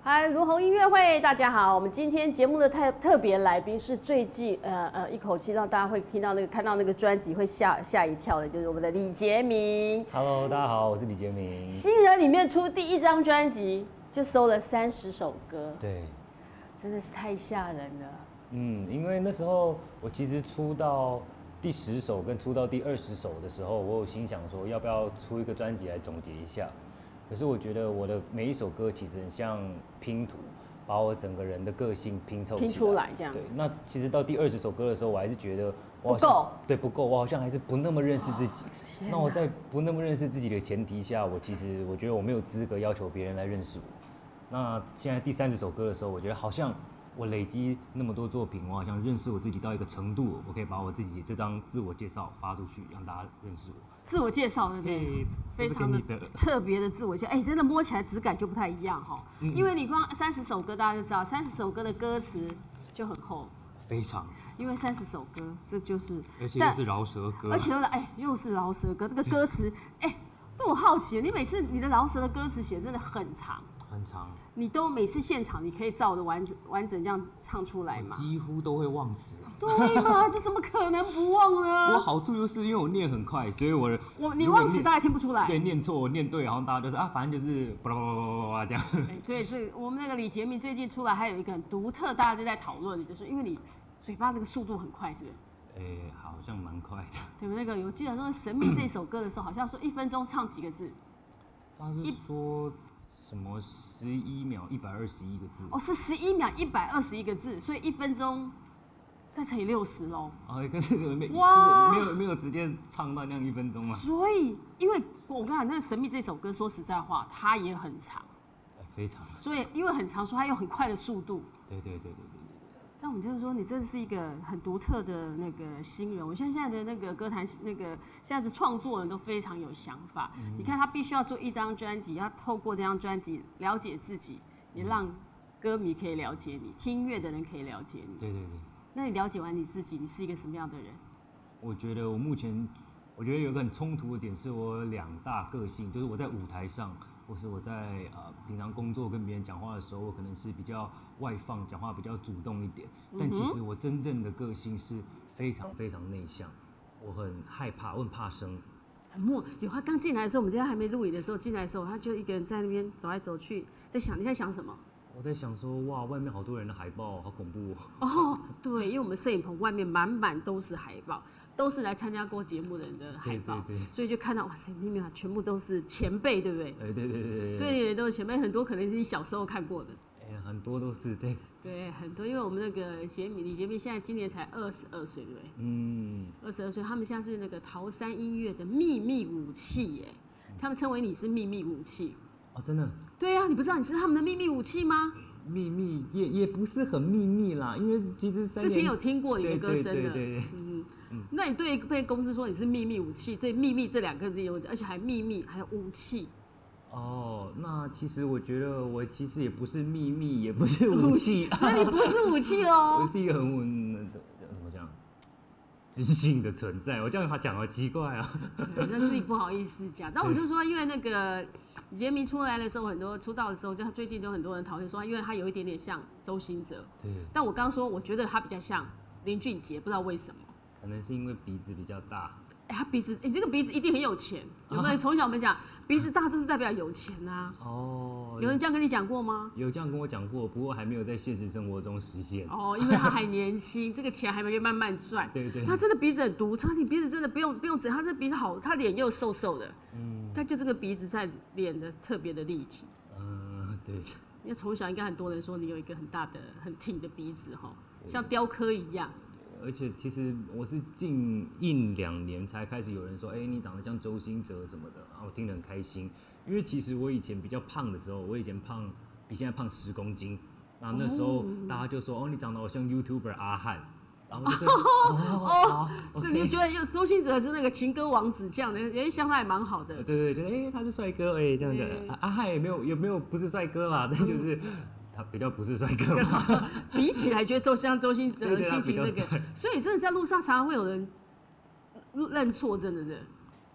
嗨，卢红音乐会，大家好。我们今天节目的特别来宾是最近一口气让大家会听到看到那个专辑会吓一跳的，就是我们的李杰明。 Hello， 大家好，我是李杰明。 新人里面出第一张专辑就收了30首歌， 对， 真的是太吓人了。 因为那时候我其实出到第10首跟出到第20首的时候，我有心想说要不要出一个专辑来总结一下。可是我觉得我的每一首歌其实很像拼图，把我整个人的个性拼出来这样。 对，那其实到第20首歌的时候，我还是觉得不够， 对，不够，我好像还是不那么认识自己。那我在不那么认识自己的前提下，我觉得我没有资格要求别人来认识我。那现在第30首歌的时候，我觉得好像我累积那么多作品，我好像认识我自己到一个程度，我可以把我自己这张自我介绍发出去，让大家认识我。 自我介绍对不对？非常的特别的自我介绍，真的摸起来质感就不太一样哈。因为你光30首歌，大家就知道30首歌的歌词就很厚， 非常。 因为30首歌，这就是， 而且又是饶舌歌， 而且又是饶舌歌，这个歌词都我好奇，你每次你的饶舌的歌词写真的很长。 很长， 你都每次现场你可以照着完整这样唱出来吗？ 几乎都会忘词。 对吗？这怎么可能不忘呢？ 我好处就是因为我念很快，所以你忘词大家听不出来。 对，念错念对，然后大家就是反正就是巴拉巴拉巴拉这样。 对，这我们那个李杰明最近出来还有一个很独特，大家就在讨论，就是因为你嘴巴那个速度很快，是不是？ 好像蛮快的。 对吧？那个我记得说《神秘》这首歌的时候，好像说1分钟唱几个字？ 他是说。什么11秒121个字？ 是11秒121个字，所以1分钟再乘以60喽。 可是没有直接唱到那样1分钟嘛。 所以，因为我跟你讲，那个《神秘》这首歌，说实在话，它也很长， 非常。 所以因为很长，所以它有很快的速度。 对。 但我们就是说，你真的是一个很独特的那个新人。我现在的那个歌坛，那个现在的创作人都非常有想法。你看，他必须要做一张专辑，要透过这张专辑了解自己，也让歌迷可以了解你，听音乐的人可以了解你。 对。 那你了解完你自己，你是一个什么样的人？ 我觉得我觉得有一个很冲突的点，是我有2大个性，就是我在舞台上。或是我在平常工作跟别人讲话的时候，我可能是比较外放，讲话比较主动一点。但其实我真正的个性是非常非常内向，我很害怕，我很怕生。 他刚进来的时候，我们今天还没录影的时候，进来的时候他就一个人在那边走来走去，你在想什么？ 我在想说，哇，外面好多人的海报，好恐怖对，因为我们摄影棚外面满都是海报。都是来参加过节目的人的海报， 对， 所以就看到哇塞，密全部都是前辈，对不对？对，都是前辈，很多可能是你小时候看过的。 很多都是对，很多，因为我们那个李杰明现在今年才22岁，对不对？22岁，他们现在是那个桃山音乐的秘密武器耶，他们称为你是秘密武器。 真的？ 对啊，你不知道你是他们的秘密武器吗？ 秘密也不是很秘密啦，因为其实之前有听过一个歌声的， 对。 那你被公司说你是秘密武器，对“秘密”这2个字有，而且还秘密，还有武器。 那其实我觉得我其实也不是秘密，也不是武器， 所以你不是武器哦。 我是一个很怎么讲，知性的存在。我这样讲好奇怪啊。 那自己不好意思讲，但我就说，因为那个李杰明出来的时候，很多出道的时候，就最近就很多人讨论说，因为他有一点点像周兴哲。 对。 但我刚说，我觉得他比较像林俊杰，不知道为什么。 可能是因为鼻子比较大。 他鼻子，你这个鼻子一定很有钱。有的人从小我们讲鼻子大就是代表有钱啊。有人这样跟你讲过吗？ 有这样跟我讲过，不过还没有在现实生活中实现。 因为他还年轻，这个钱还没慢慢赚。 对。 他真的鼻子很毒，你鼻子真的不用整，他这鼻子好，他脸又瘦瘦的。但就这个鼻子在脸的特别的立体。 对。 因为从小应该很多人说你有一个很大的、很挺的鼻子像雕刻一样。 而且其实我是近1-2年才开始有人说，你长得像周兴哲什么的，我听得很开心。因为其实我以前比较胖的时候，我以前比现在胖10公斤，那时候大家就说，你长得好像 YouTuber 阿汉，然后就是你觉得周兴哲是那个情歌王子这样的，相他也蛮好的。 对，他是帅哥，这样的。阿汉也没有不是帅哥啦，但就是。他比较不是帅哥嘛， 比起来觉得周兴哲心情那个，所以真的在路上常常会有人认错，真的是。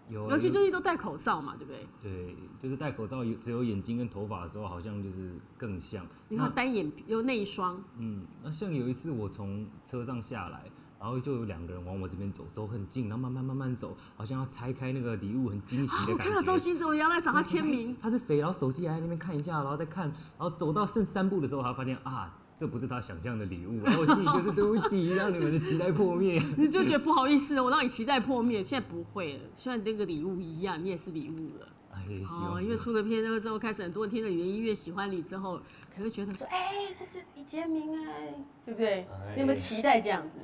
有， 尤其最近都戴口罩嘛，对不对？ 对，就是戴口罩只有眼睛跟头发的时候，好像就是更像。 你看单眼皮有内双。 那像有一次我从车上下来，然后就有2个人往我这边走，走很近，然后慢慢走，好像要拆开那个礼物，很惊喜的感觉。 我看到周星哲，我要来找他签名。 他是谁？然后手机还在那边看一下，然后再看，然后走到剩3步的时候，他发现啊，这不是他想象的礼物，然后心里就是对不起，让你们的期待破灭。 你就觉得不好意思，我让你期待破灭，现在不会了，虽然那个礼物一样，你也是礼物了。因为出了片之后，开始很多人听了你的音乐，喜欢你之后，可能会觉得说，那是李杰明哎，对不对？你有没有期待这样子？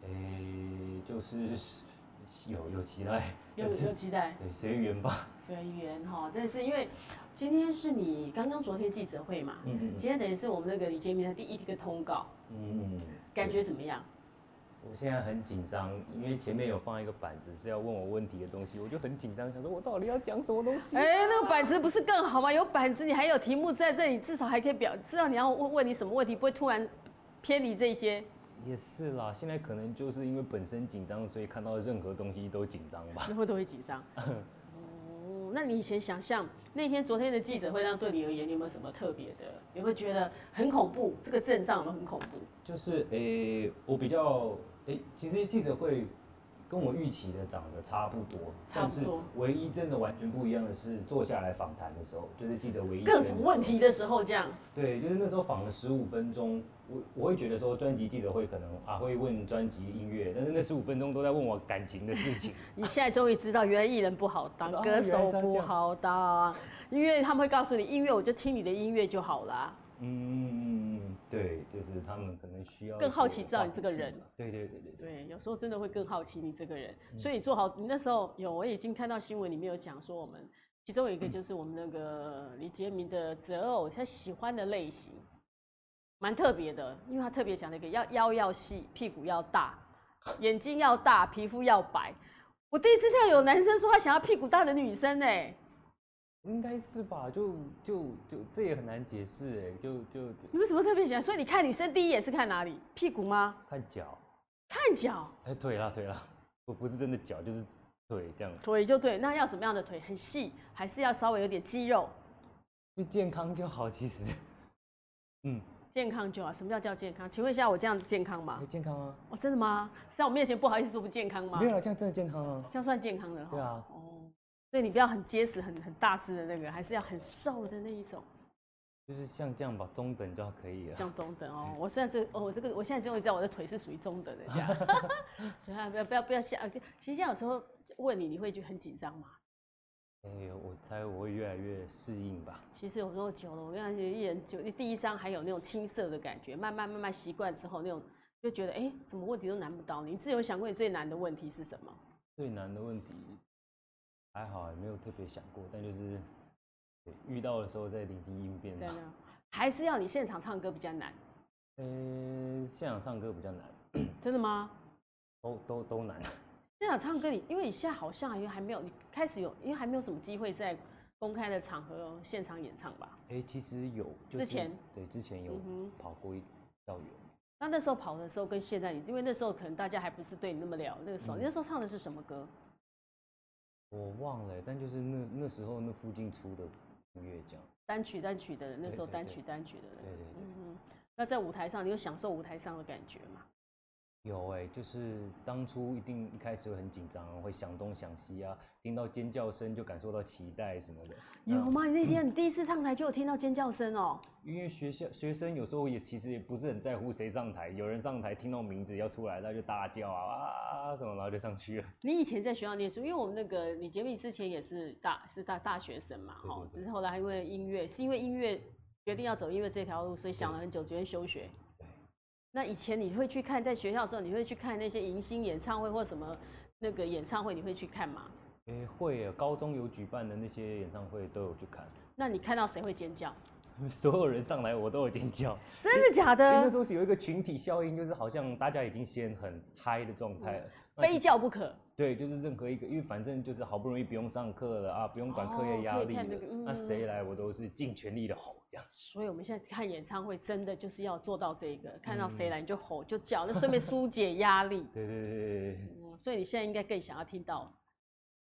就是有期待， 有期待， 对，随缘吧。 随缘哈，但是因为今天是你昨天记者会嘛，今天等于是我们那个李杰明的第一个通告，感觉怎么样？ 我现在很紧张，因为前面有放一个板子是要问我问题的东西，我就很紧张，想说我到底要讲什么东西？ 那个板子不是更好吗？有板子，你还有题目在这里，至少还可以知道你要问你什么问题，不会突然偏离这些。 也是啦，现在可能就是因为本身紧张，所以看到任何东西都紧张吧。 都会紧张。那你以前想象昨天的记者会，对你而言，你有没有什么特别的？你会觉得很恐怖？这个阵仗有没有很恐怖？ 就是我比较其实记者会跟我预期的长得差不多，但是唯一真的完全不一样的是坐下来访谈的时候，就是记者唯一各种问题的时候这样。 对，就是那时候访了15分钟，我会觉得说专辑记者会可能会问专辑音乐，但是那15分钟都在问我感情的事情。 你现在终于知道，原来艺人不好当，歌手不好当，因为他们会告诉你，音乐我就听你的音乐就好啦。 对，就是他们可能需要更好奇知道你这个人。 对， 有时候真的会更好奇你这个人，所以做好。你那时候我已经看到新闻里面有讲说，我们其中有一个就是我们那个李杰明的择偶，他喜欢的类型蛮特别的，因为他特别讲了一个腰要细，屁股要大，眼睛要大，皮肤要白。我第一次听到有男生说他想要屁股大的女生应该是吧，就这也很难解释你为什么特别喜欢？所以你看女生第一眼是看哪里？屁股吗？ 看脚。 看脚？ 腿啦，我不是真的脚，就是腿这样。 腿就对，那要怎么样的腿？很细，还是要稍微有点肌肉？ 就健康就好，其实。 健康就好。什么叫健康？请问一下，我这样子健康吗？ 健康啊。 真的吗？在我面前不好意思说不健康吗？ 没有，这样真的健康啊。 这样算健康的。 对啊。 所以你不要很结实、很大只的那个，还是要很瘦的那一种。 就是像这样吧，中等就可以了。 像中等哦，我现在终于知道我的腿是属于中等的这样。所以不要吓。其实这样有时候问你会觉得很紧张吗？ 我猜我会越来越适应吧。 其实有时候久了，我跟艺人第一张还有那种青涩的感觉，慢慢习惯之后，那种就觉得什么问题都难不倒你。你自己有想过你最难的问题是什么？ 最难的问题还好，也没有特别想过，但就是遇到的时候再灵机应变。 真的，还是要你现场唱歌比较难。 现场唱歌比较难。 真的吗？ 都难。 现场唱歌因为你现在好像还没有，你开始因为还没有什么机会在公开的场合现场演唱吧？ 其实有， 之前有跑过一道远。 那时候跑的时候跟现在，因为那时候可能大家还不是对你那么了那个时候，你那时候唱的是什么歌？ 我忘了，但就是那时候那附近出的音乐奖单曲的那时候单曲的。对。那在舞台上，你有享受舞台上的感觉吗？ 有就是当初一开始会很紧张，会想东想西啊，听到尖叫声就感受到期待什么的。 有吗？你那天你第一次上台就有听到尖叫声哦？ 因为学生有时候其实也不是很在乎谁上台，有人上台听到名字要出来，他就大叫啊什么，然后就上去了。 你以前在学校念书，因为我们那个李杰明之前也是大学生嘛，只是后来因为音乐决定要走音乐这条路，所以想了很久，决定休学。那以前你会去看，在学校的时候，你会去看那些迎新演唱会或什么那个演唱会，你会去看吗？ 会，高中有举办的那些演唱会都有去看。 那你看到谁会尖叫？ 所有人上来我都有尖叫。 真的假的？ 那时候是有一个群体效应，就是好像大家已经先很嗨的状态了， 非叫不可。 对，就是任何一个，因为反正就是好不容易不用上课了啊，不用管课业压力了，那谁来我都是尽全力的吼这样。 所以我们现在看演唱会，真的就是要做到这个，看到谁来你就吼就叫，那顺便疏解压力。 对。 所以你现在应该更想要听到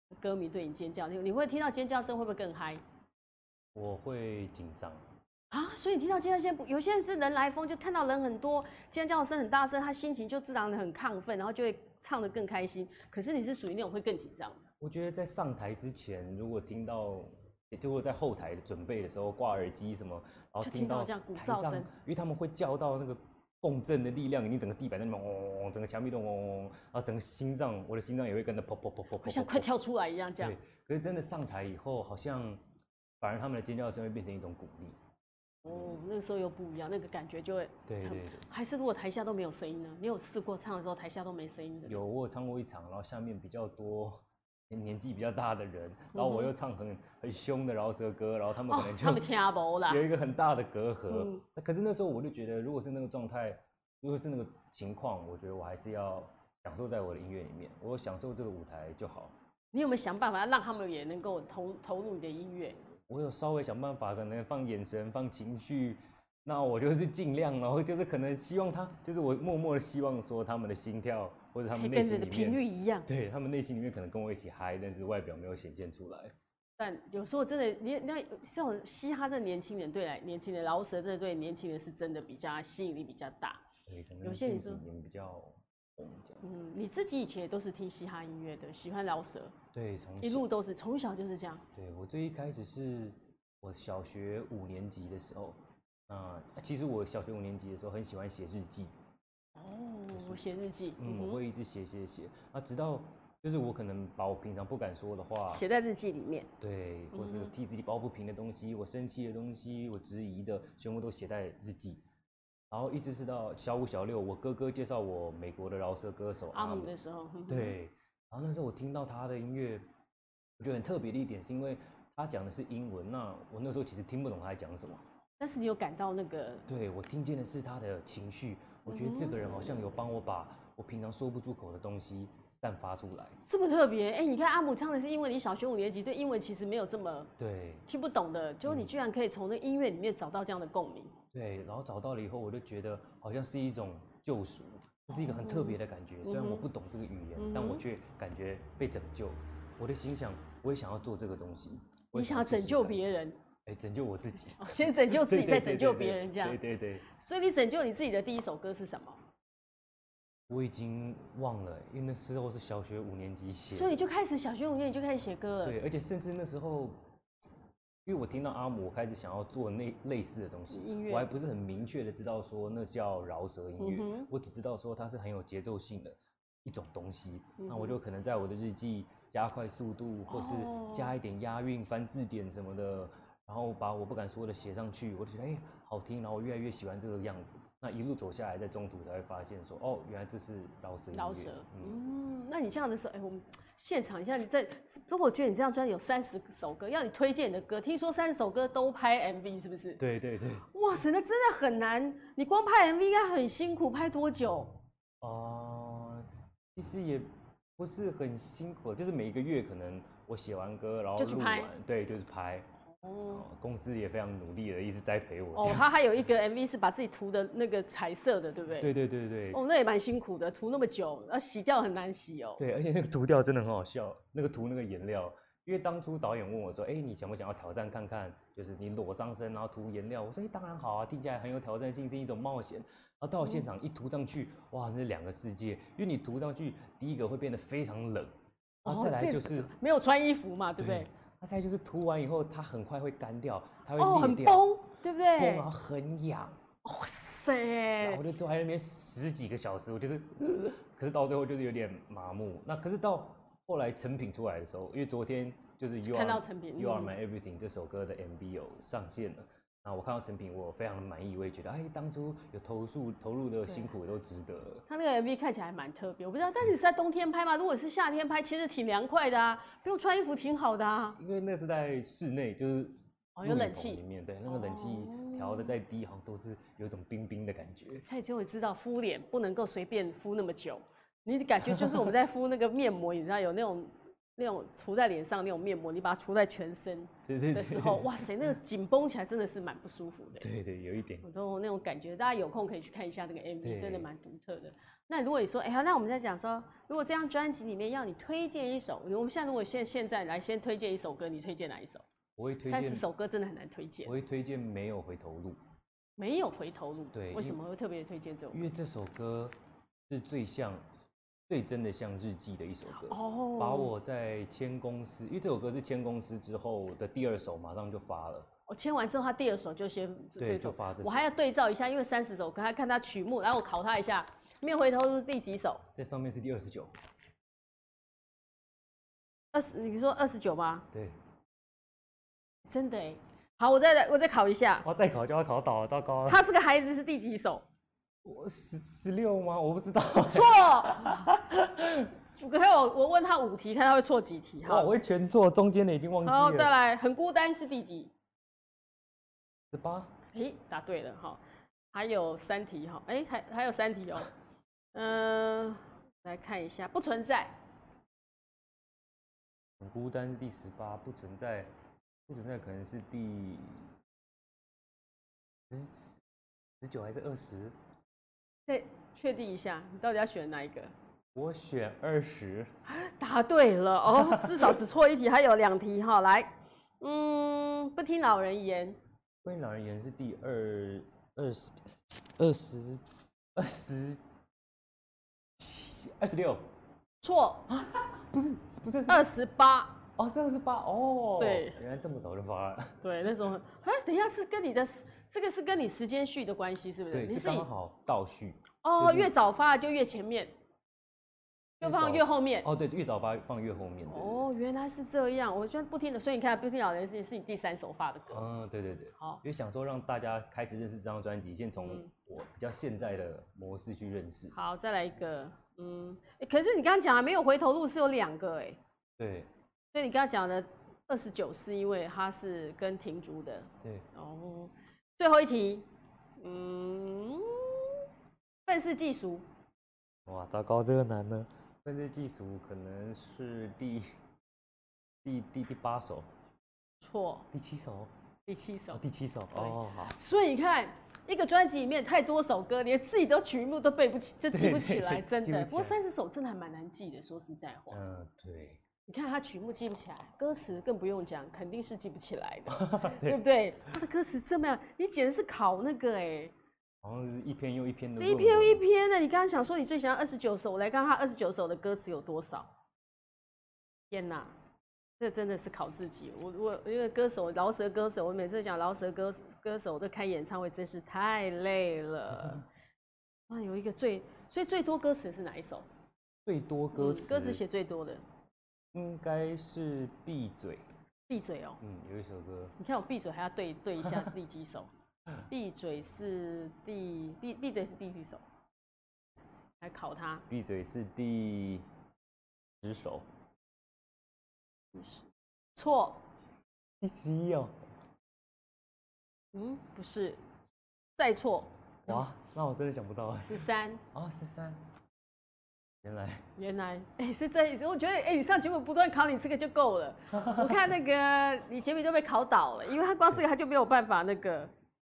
歌迷对你尖叫，你会听到尖叫声会不会更嗨？ 我会紧张。 啊，所以你听到尖叫声，有些人是人来疯，就看到人很多，尖叫声很大声，他心情就自然的很亢奋，然后就会唱得更开心。可是你是属于那种会更紧张的。 我觉得在上台之前，如果听到，就会在后台准备的时候挂耳机什么，然后听到这样鼓台上， 噪声， 因为他们会叫到那个共振的力量，已经整个地板在那嗡，整个墙壁都嗡，然后整个心脏，我的心脏也会跟着砰砰砰砰砰， 像快跳出来一样这样。 对，可是真的上台以后，好像反而他们的尖叫声会变成一种鼓励。 哦，那个时候又不一样，那个感觉就会。 对。 还是如果台下都没有声音呢？你有试过唱的时候台下都没声音的？ 有，我有唱过一场，然后下面比较多年纪比较大的人，然后我又唱很凶的饶舌歌，然后他们可能就他们听不啦， 有一个很大的隔阂。可是那时候我就觉得，如果是那个状态，如果是那个情况，我觉得我还是要享受在我的音乐里面，我享受这个舞台就好。 你有没有想办法让他们也能够投入你的音乐？ 我有稍微想办法，可能放眼神、放情绪，那我就是尽量，然后就是可能希望他，就是我默默的希望说他们的心跳或者他们内心里面跟着的频率一样， 对他们内心里面可能跟我一起嗨，但是外表没有显现出来。 但有时候真的，那这种嘻哈这年轻人年轻人饶舌这对年轻人是真的比较吸引力比较大。 对，可能有些人近几年比较红这样。 你自己以前也都是听嘻哈音乐的，喜欢饶舌。 对， 一路都是从小就是这样。 对，我最一开始是我小学5年级的时候，其实我小学5年级的时候很喜欢写日记。 我写日记， 我会一直写。直到就是我可能把我平常不敢说的话写在日记里面。 对，或是替自己抱不平的东西，我生气的东西，我质疑的，全部都写在日记。然后一直是到小5、小6，我哥哥介绍我美国的饶舌歌手阿姆的时候， 对。然后那时候我听到他的音乐，我觉得很特别的一点是因为他讲的是英文，那我那时候其实听不懂他在讲什么。 但是你有感到那个？ 对，我听见的是他的情绪，我觉得这个人好像有帮我把我平常说不出口的东西散发出来， 这么特别。你看阿姆唱的是英文，你小学5年级对英文其实没有这么听不懂的，结果你居然可以从那音乐里面找到这样的共鸣。 对，然后找到了以后，我就觉得好像是一种救赎，这是一个很特别的感觉。虽然我不懂这个语言，但我却感觉被拯救。我的心想，我也想要做这个东西。 你想要拯救别人？ 拯救我自己。 先拯救自己，再拯救别人，这样。 对。 所以你拯救你自己的第一首歌是什么？ 我已经忘了，因为那时候是小学5年级写。 所以你就开始小学5年级就开始写歌了。 对，而且甚至那时候，因为我听到阿姆，我开始想要做类似的东西，我还不是很明确的知道说那叫饶舌音乐，我只知道说它是很有节奏性的一种东西。那我就可能在我的日记加快速度，或是加一点押韵、翻字典什么的，然后把我不敢说的写上去，我就觉得好听，然后我越来越喜欢这个样子。那一路走下来，在中途才会发现说，原来这是饶舌音乐。 饶舌，那你这样的时候，我们现场，你像你在，我觉得你这张专辑有30首歌，要你推荐你的歌，听说30首歌都拍 MV， 是不是？ 对。 哇塞，那真的很难，你光拍 MV 应该很辛苦，拍多久？ 其实也不是很辛苦，就是每一个月可能我写完歌，然后录完，对，就是拍。公司也非常努力的一直栽培我。 他还有一个 MV 是把自己涂的那个彩色的，对不对？ 对。 那也蛮辛苦的，涂那么久，洗掉很难洗哦。 对，而且那个涂掉真的很好笑，那个涂那个颜料，因为当初导演问我说，你想不想要挑战看看，就是你裸上身然后涂颜料？我说，当然好啊，听起来很有挑战性，是一种冒险。然后到了现场一涂上去，哇，那是2个世界，因为你涂上去，第一个会变得非常冷，然后再来就是没有穿衣服嘛，对不对？ 那再就是涂完以后，它很快会干掉，它会裂掉，很崩，对不对？ 崩，然后很痒。 哇塞！ 然后我就坐在那边10几个小时，我就是，可是到最后就是有点麻木。那可是到后来成品出来的时候，因为昨天就是看到成品 ，You Are My Everything 这首歌的 MV 有上线了。那我看到成品，我非常的满意，我也觉得，当初有投入的辛苦都值得了。 他那个 MV 看起来蛮特别，我不知道，但是你是在冬天拍吗？如果是夏天拍，其实挺凉快的啊，不用穿衣服，挺好的啊。 因为那是在室内，就是有冷气里面，对，那个冷气调的再低，好像都是有一种冰冰的感觉。 蔡终于知道敷脸不能够随便敷那么久，你的感觉就是我们在敷那个面膜，你知道有那种那种涂在脸上那种面膜，你把它涂在全身对的时候，哇塞，那个紧绷起来真的是蛮不舒服的。 对，有一点。 我都那种感觉，大家有空可以去看一下那个 MV， 真的蛮独特的。那如果你说，哎呀，那我们在讲说，如果这张专辑里面要你推荐一首，我们现在如果现在来先推荐一首歌，你推荐哪一首？ 我会推荐 30首歌真的很难推荐。 我会推荐《没有回头路》。 没有回头路。 对， 为什么会特别推荐这首歌？ 因为这首歌是最真的像日记的一首歌。 哦。 把我在签公司，因为这首歌是签公司之后的第2首，马上就发了。 我签完之后，他第2首就先对，就发这首。 我还要对照一下，因为30首歌，还看他曲目，然后我考他一下，没有回头路是第几首？ 在上面是第29。 你说29吗？ 对。 真的哎。好，我再考一下。 我再考就要考倒了，糟糕了。 他是个孩子是第几首？ 我16吗？我不知道。 错。我问他5题，看他会错几题。好， 我会全错，中间的已经忘记了。 好，再来，很孤单是第几 ？18。 哎，答对了哈。还有3题哈，哎，还有3题哦。来看一下，不存在。 很孤单是第18，不存在可能是第19还是20？ 再确定一下，你到底要选哪一个？ 我选20。 答对了哦，至少只错1题，还有2题哈。来，不听老人言。 不听老人言是第26。 错啊，不是 28。 哦，是28哦。 对， 原来这么早就发了。 对，那种等一下是跟你的这个是跟你时间序的关系，是不是？ 对，是刚好倒序。 哦，越早发就越前面，就放越后面。 哦，对，越早发放越后面。 哦，原来是这样。我觉得不听的，所以你看，不听老人是你第3首发的歌。 嗯，对。 好， 因为想说让大家开始认识这张专辑，先从我比较现在的模式去认识。 好，再来一个。可是你刚刚讲的没有回头路是有2个哎。 对。 所以你刚刚讲的29是因为它是跟停竹的。 对。 哦，最后一题，愤世嫉俗。 哇，糟糕，这个难呢。愤世嫉俗可能是第8首。 错。 第7首。 第7首。 第7首。哦，好。 所以你看，一个专辑里面太多首歌，连自己的曲目都背不起，就记不起来，真的。不过30首真的还蛮难记的，说实在话。 对。 你看他曲目记不起来，歌词更不用讲，肯定是记不起来的，对不对？他的歌词这么样，你简直是考那个哎， 好像是一篇又一篇的。 这一篇又一篇的。你刚刚想说你最喜欢29首，我来看他29首的歌词有多少。天哪，这真的是考自己。我因为歌手饶舌歌手，我每次讲饶舌歌手在开演唱会真是太累了。有一个所以最多歌词是哪一首？ 最多歌词， 歌词写最多的。 应该是闭嘴。 闭嘴哦。 有一首歌。 你看我闭嘴还要对一下是第几首？闭嘴是闭嘴是第几首？来考他。 闭嘴是第10首。 错。 第11哦。 不是，再错。 哇，那我真的想不到。 13。 啊，13。 原来，是这意思。我觉得，你上节目不断考你这个就够了。我看那个你节目都被考倒了，因为他光这个他就没有办法那个。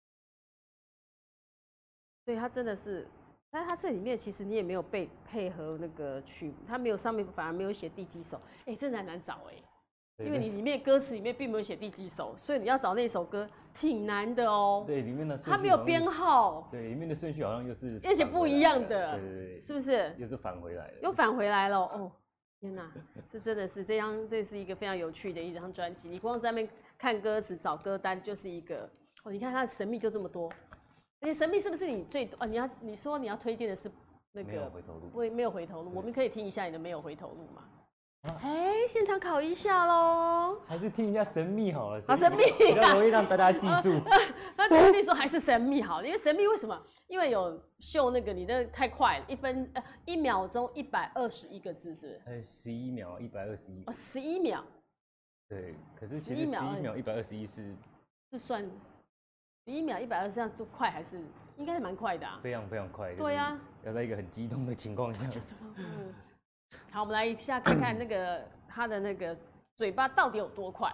对，他真的是，但是他这里面其实你也没有配合那个曲，他没有上面反而没有写第几首，真的难找因为你里面歌词里面并没有写第几首，所以你要找那首歌挺难的哦。 对，里面的它没有编号。 对，里面的顺序好像又是而且不一样的。 对， 是不是？ 又是返回来了。 又返回来了哦！天哪，这真的是这是一个非常有趣的一张专辑。你光在那边看歌词找歌单就是一个你看它的神秘就这么多，而且神秘是不是你最你说你要推荐的是那个没有回头路？ 没有回头路，我们可以听一下你的没有回头路吗？现场考一下喽！ 还是听一下神秘好了。 神秘比较容易让大家记住。 那神秘说还是神秘好了，因为神秘为什么？因为有秀那个你的太快了，1秒钟121个字是 ？11秒121。 11秒。 对，可是其实11秒121是算11秒120这样都快还是应该是蛮快的啊？ 非常非常快。 对要在一个很激动的情况下。 好，我们来一下看看那个他的那个嘴巴到底有多快。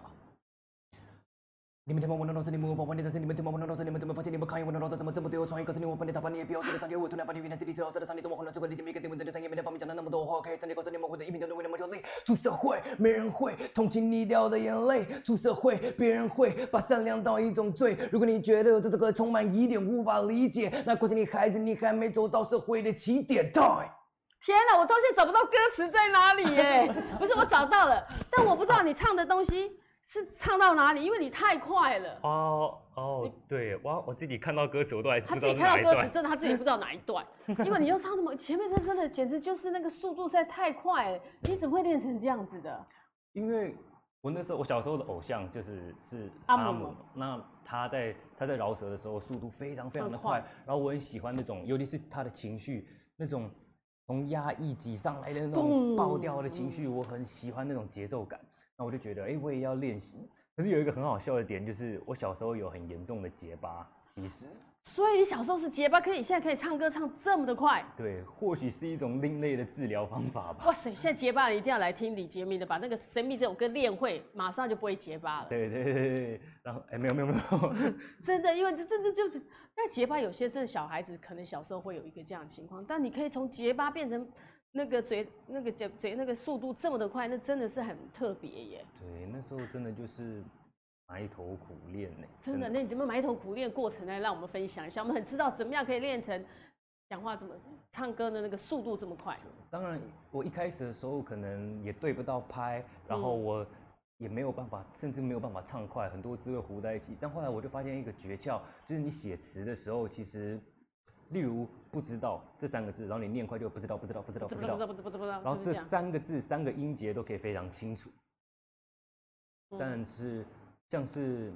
你们天猫我能老师，你们我玩你的是你们天猫我能老师，你们怎么发现你们看我能老师怎么这么对我创意？可是你我把你打翻，你也不要觉得张给我突然把你原来这里知道是的上你等我混了，最后你见面一个电文字的商业，每天方面讲了那么多话，可以真的告诉你们我的一鸣都能为那么流泪。出社会没人会同情你掉的眼泪，出社会别人会把善良当一种罪。如果你觉得这个充满疑点无法理解，那可惜你孩子你还没走到社会的起点。 天哪，我到现在找不到歌词在哪里耶！不是我找到了，但我不知道你唱的东西是唱到哪里，因为你太快了。 对，我自己看到歌词我都还是不知道他自己看到歌词，真的他自己不知道哪一段，因为你又唱那么前面，这真的简直就是那个速度实在太快了，你怎么会练成这样子的？ 因为我那时候我小时候的偶像是阿姆， 那他在饶舌的时候速度非常非常的快，然后我很喜欢那种，尤其是他的情绪那种从压抑挤上来的那种爆掉的情绪，我很喜欢那种节奏感。那我就觉得，我也要练习。可是有一个很好笑的点，就是我小时候有很严重的结巴，其实。 所以你小时候是结巴，可以现在可以唱歌唱这么的快。 对，或许是一种另类的治疗方法吧。 哇塞，现在结巴人一定要来听李杰明的，把那个《神秘》这首歌练会，马上就不会结巴了。 对，然后没有， 真的，因为这就那结巴有些真的小孩子可能小时候会有一个这样的情况，但你可以从结巴变成那个嘴那个速度这么的快，那真的是很特别耶。 对，那时候真的就是埋头苦练呢。 真的，那你怎么埋头苦练过程来让我们分享一下？我们很知道怎么样可以练成讲话怎么唱歌的那个速度这么快。 当然，我一开始的时候可能也对不到拍，然后我也没有办法，甚至没有办法唱快，很多字会糊在一起。但后来我就发现一个诀窍，就是你写词的时候，其实。例如不知道这3个字，然后你念快就不知道，然后这3个字3个音节都可以非常清楚。但是像是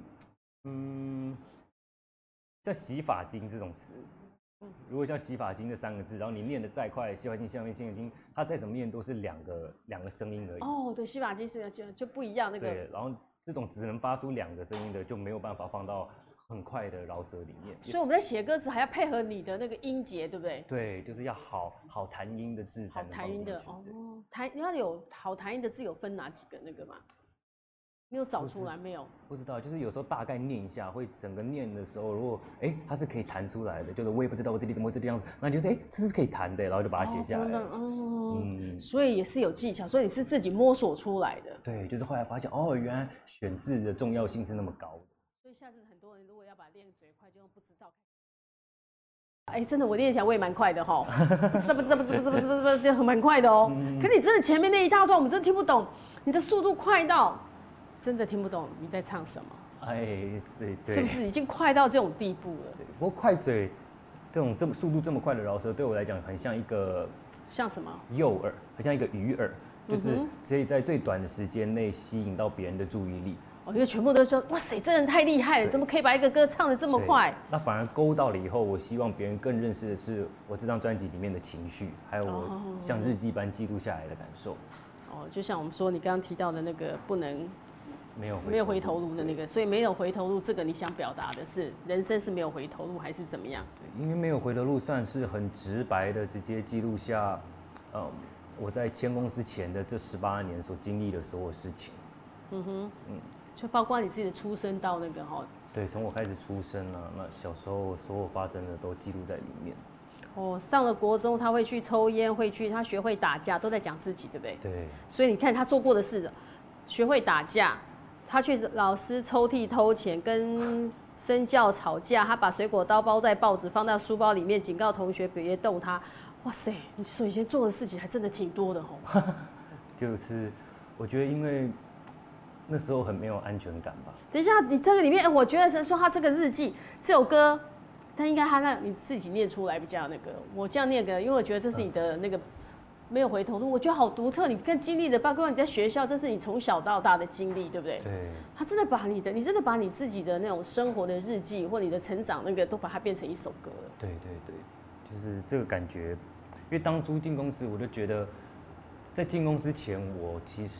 像洗发精这种词，如果像洗发精这3个字，然后你念的再快，洗发精、洗发精，它再怎么念都是两个声音而已。 哦，对，洗发精是就不一样那个。 对，然后这种只能发出2个声音的就没有办法放到很快的饶舌里面， 所以我们在写歌词还要配合你的那个音节，对不对？ 对，就是要好弹音的字才能放进去。好弹音的哦，要有好弹音的字有分哪几个那个吗？没有找出来，没有。 不知道，就是有时候大概念一下，会整个念的时候，如果它是可以弹出来的，就是我也不知道我这里怎么会这个样子，那你就说这是可以弹的，然后就把它写下来。 所以也是有技巧，所以你是自己摸索出来的。 对，就是后来发现原来选字的重要性是那么高的。 所以下次很多人如果要把练嘴快，就用不知道。真的，我练起来我也蛮快的哈，不，就很蛮快的哦。可你真的前面那一大段，我们真的听不懂，你的速度快到真的听不懂你在唱什么。 对， 是不是已经快到这种地步了？ 对，不过快嘴这种速度这么快的饶舌，对我来讲很像一个像什么诱饵，很像一个鱼饵，就是可以在最短的时间内吸引到别人的注意力。 因为全部都说哇塞，这人太厉害了，怎么可以把一个歌唱得这么快？ 那反而勾到了以后，我希望别人更认识的是我这张专辑里面的情绪，还有我像日记般记录下来的感受。 就像我们说你刚刚提到的那个不能没有回头路的那个，所以没有回头路，这个你想表达的是人生是没有回头路，还是怎么样？ 对，因为没有回头路算是很直白的直接记录下，我在签公司前的这18年所经历的所有事情。 就包括你自己的出生到那个对，从我开始出生啊，那小时候所有发生的都记录在里面。 上了国中他会去抽烟，他学会打架，都在讲自己，对不对？ 对。 所以你看他做过的事，学会打架，他去老师抽屉偷钱，跟身教吵架，他把水果刀包在报纸放到书包里面，警告同学别动他。哇塞，你说以前做的事情还真的挺多的就是我觉得因为那时候很没有安全感吧。 等一下，你这个里面，我觉得说他这个日记这首歌，但应该他让你自己念出来比较那个。我这样念因为我觉得这是你的那个没有回头路，我觉得好独特。你更经历的，包括你在学校，这是你从小到大的经历，对不对？ 对。 他真的把你真的把你自己的那种生活的日记或你的成长那个，都把它变成一首歌了。 对，就是这个感觉。因为当初进公司，我就觉得，在进公司前，我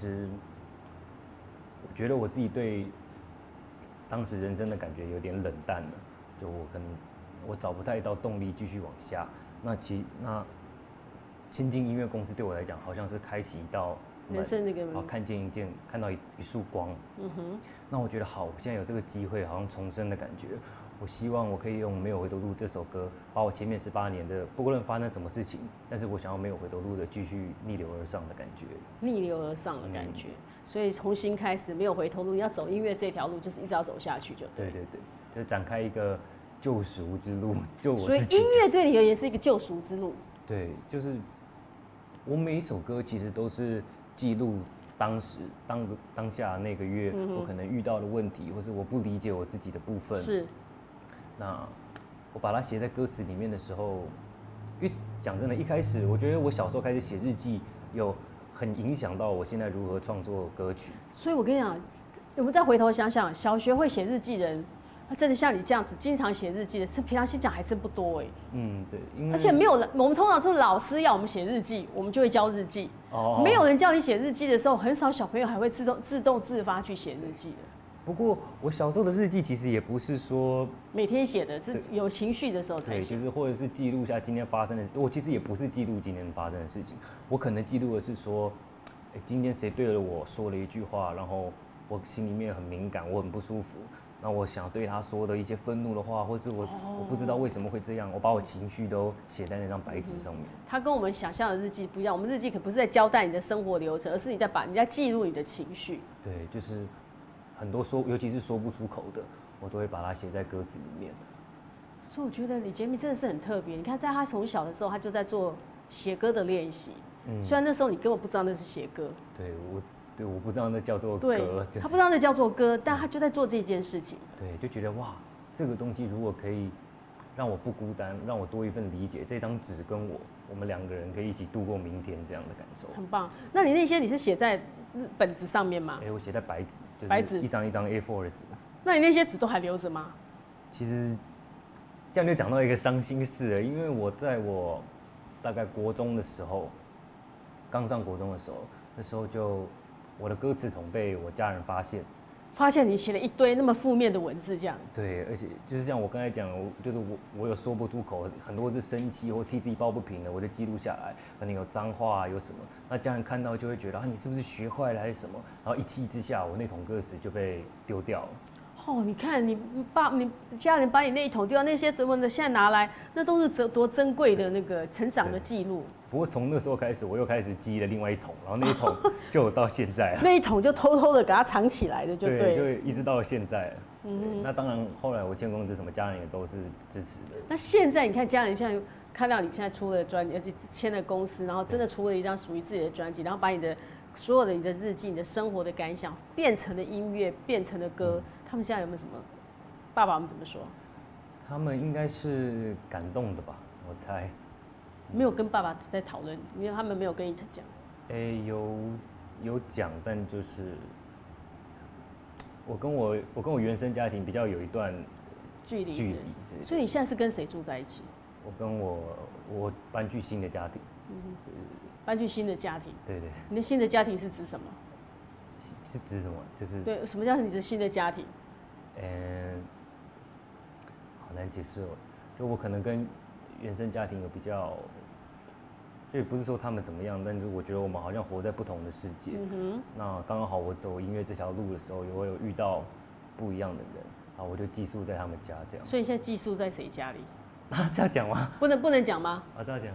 觉得我自己对当时人生的感觉有点冷淡了，就我找不太到动力继续往下。那亲近音乐公司对我来讲，好像是开启一道人生那个， 然后看到一束光，那我觉得好，我现在有这个机会，好像重生的感觉。我希望我可以用《没有回头路》这首歌，把我前面18年的不论发生什么事情，但是我想要没有回头路的继续逆流而上的感觉。 逆流而上的感觉，所以重新开始，没有回头路，要走音乐这条路，就是一直要走下去就对。 对，就是展开一个救赎之路，救我自己。 所以音乐对你而言是一个救赎之路。 对，就是我每一首歌其实都是记录当时当下那个月，我可能遇到的问题，或是我不理解我自己的部分。 是。 那我把它写在歌词里面的时候，因为讲真的，一开始我觉得我小时候开始写日记，有很影响到我现在如何创作歌曲。 所以我跟你讲，我们再回头想想，小学会写日记的人，真的像你这样子经常写日记的，是平常心讲还真不多哎。 对， 而且没有人，我们通常是老师要我们写日记，我们就会交日记。没有人叫你写日记的时候，很少小朋友还会自发去写日记的。 不过我小时候的日记其实也不是说每天写的，是有情绪的时候才写。 对，就是或者是记录下今天发生的。我其实也不是记录今天发生的事情，我可能记录的是说，今天谁对了我说了一句话，然后我心里面很敏感，我很不舒服。那我想对他说的一些愤怒的话，或是我不知道为什么会这样，我把我情绪都写在那张白纸上面。 它跟我们想象的日记不一样，我们日记可不是在交代你的生活流程，而是你在记录你的情绪。 对，就是很多尤其是说不出口的，我都会把它写在歌词里面。 所以我觉得李杰明真的是很特别。你看，在他从小的时候，他就在做写歌的练习。虽然那时候你根本不知道那是写歌。 对，我不知道那叫做歌， 他不知道那叫做歌，但他就在做这件事情。 对，就觉得哇，这个东西如果可以让我不孤单，让我多一份理解，这张纸跟我们2个人可以一起度过明天这样的感受， 很棒。那你那些你是写在本子上面吗？ 我写在白纸， 白纸一张一张 A4 的纸。 那你那些纸都还留着吗？ 其实这样就讲到一个伤心事了，因为我在我大概国中的时候，刚上国中的时候，那时候就我的歌词筒被我家人发现你写了一堆那么负面的文字，这样。 对，而且就是像我刚才讲，我有说不出口，很多是生气或替自己抱不平的，我就记录下来，可能有脏话有什么，那家人看到就会觉得你是不是学坏了还是什么，然后一气之下，我那桶歌词就被丢掉了。 你看你家人把你那一桶丢掉，那些怎么的现在拿来，那都是多珍贵的那个成长的记录。 不过从那时候开始，我又开始积了另外一桶，然后那一桶就有到现在了。 那一桶就偷偷的给它藏起来的，就对， 就一直到现在了。那当然后来我签公司什么，家人也都是支持的。 那现在你看家人现在看到你现在出了专辑，而且签了公司，然后真的出了一张属于自己的专辑，然后把你的所有的你的日记、你的生活的感想变成了音乐，变成了歌，他们现在有没有什么？爸爸们怎么说？ 他们应该是感动的吧，我猜。 没有跟爸爸在讨论，因为他们没有跟你讲。 有讲，但就是我跟我原生家庭比较有一段距离。 对。 所以你现在是跟谁住在一起？ 我跟我搬去新的家庭。对。 搬去新的家庭。 对。 你的新的家庭是指什么？ 是指什么？就是对，什么叫你的新的家庭？ 好难解释哦。就我可能跟原生家庭有比较。就也不是说他们怎么样，但是我觉得我们好像活在不同的世界。那刚刚好我走音乐这条路的时候，我有遇到不一样的人，然后我就寄宿在他们家这样。 所以现在寄宿在谁家里？ 这样讲吗？ 不能讲吗？ 这样讲。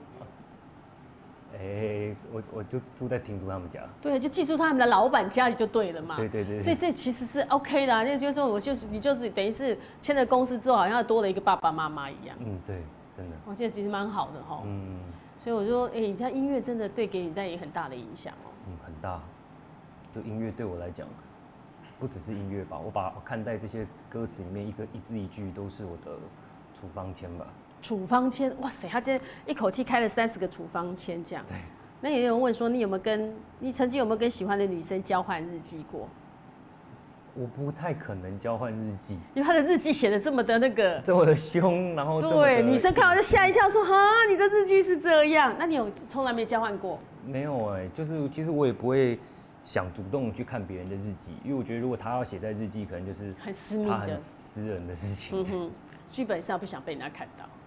我就住在庭竹他们家。 对，就寄宿他们的老板家里就对了嘛。 对。 所以这其实是 OK 的，那就是说你就是等于是签了公司之后，好像多了一个爸爸妈妈一样。 对，真的。 我觉得其实蛮好的哈。所以我说，你看音乐真的对给你带也很大的影响哦。 很大。就音乐对我来讲，不只是音乐吧，我看待这些歌词里面一字一句都是我的处方签吧。 处方签，哇塞，他今天一口气开了30个处方签这样。 对。 那也有人问说，你曾经有没有跟喜欢的女生交换日记过？ 我不太可能交换日记， 因为他的日记写的这么的那个， 这么的凶，然后对女生看完就吓一跳，说哈，你的日记是这样？那你有从来没交换过？ 没有就是其实我也不会想主动去看别人的日记，因为我觉得如果他要写在日记，可能就是很私密的、 他很私人的事情。 基本上不想被人家看到。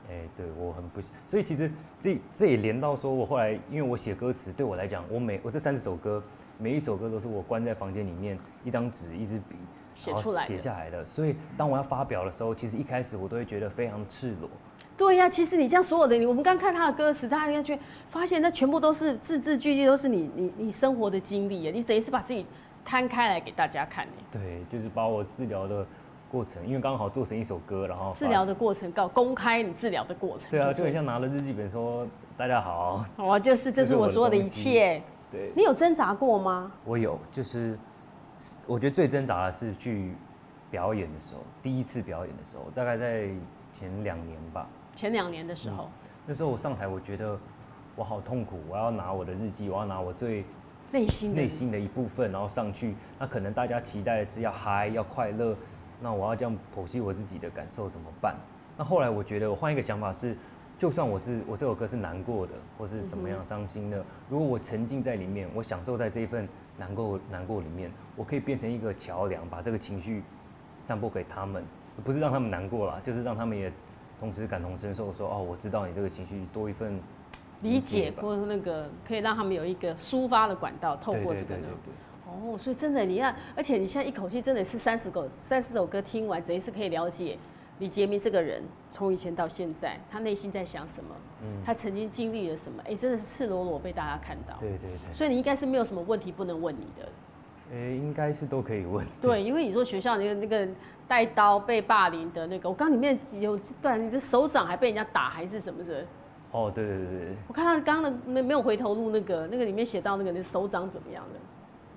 对我很不，所以其实这也连到说，我后来因为我写歌词，对我来讲，我这30首歌，每一首歌都是我关在房间里面，一张纸一支笔写下来的，所以当我要发表的时候，其实一开始我都会觉得非常赤裸。 对呀，其实你这样所有的我们刚看他的歌词，大家应该去发现，那全部都是字字句句都是你生活的经历，你等于是把自己摊开来给大家看。 对，就是把我治疗的过程，因为刚好做成一首歌，然后治疗的过程公开你治疗的过程。 对啊，就很像拿了日记本说大家好， 这是我所有的一切。 对， 你有挣扎过吗？ 我有，就是我觉得最挣扎的是去表演的时候，第一次表演的时候，大概在前2年吧。 前2年的时候， 那时候我上台，我觉得我好痛苦，我要拿我的日记，我要拿我最内心的一部分，然后上去。那可能大家期待的是要嗨，要快乐，那我要这样剖析我自己的感受怎么办？那后来我觉得我换一个想法是，就算我这首歌是难过的，或是怎么样伤心的，如果我沉浸在里面，我享受在这一份难过里面，我可以变成一个桥梁，把这个情绪散播给他们，不是让他们难过啦，就是让他们也同时感同身受，说哦，我知道你这个情绪，多一份理解或那个可以让他们有一个抒发的管道，透过这个。哦，所以真的你看，而且你现在一口气真的是30首歌听完，等于是可以了解李杰明这个人从以前到现在，他内心在想什么，他曾经经历了什么，真的是赤裸裸被大家看到。 对。 所以你应该是没有什么问题不能问你的。 应该是都可以问。 对，因为你说学校那个带刀被霸凌的那个，我刚里面有段，你的手掌还被人家打还是什么的。 哦，对。 我看他刚刚的没有回头录那个里面写到那个手掌怎么样的。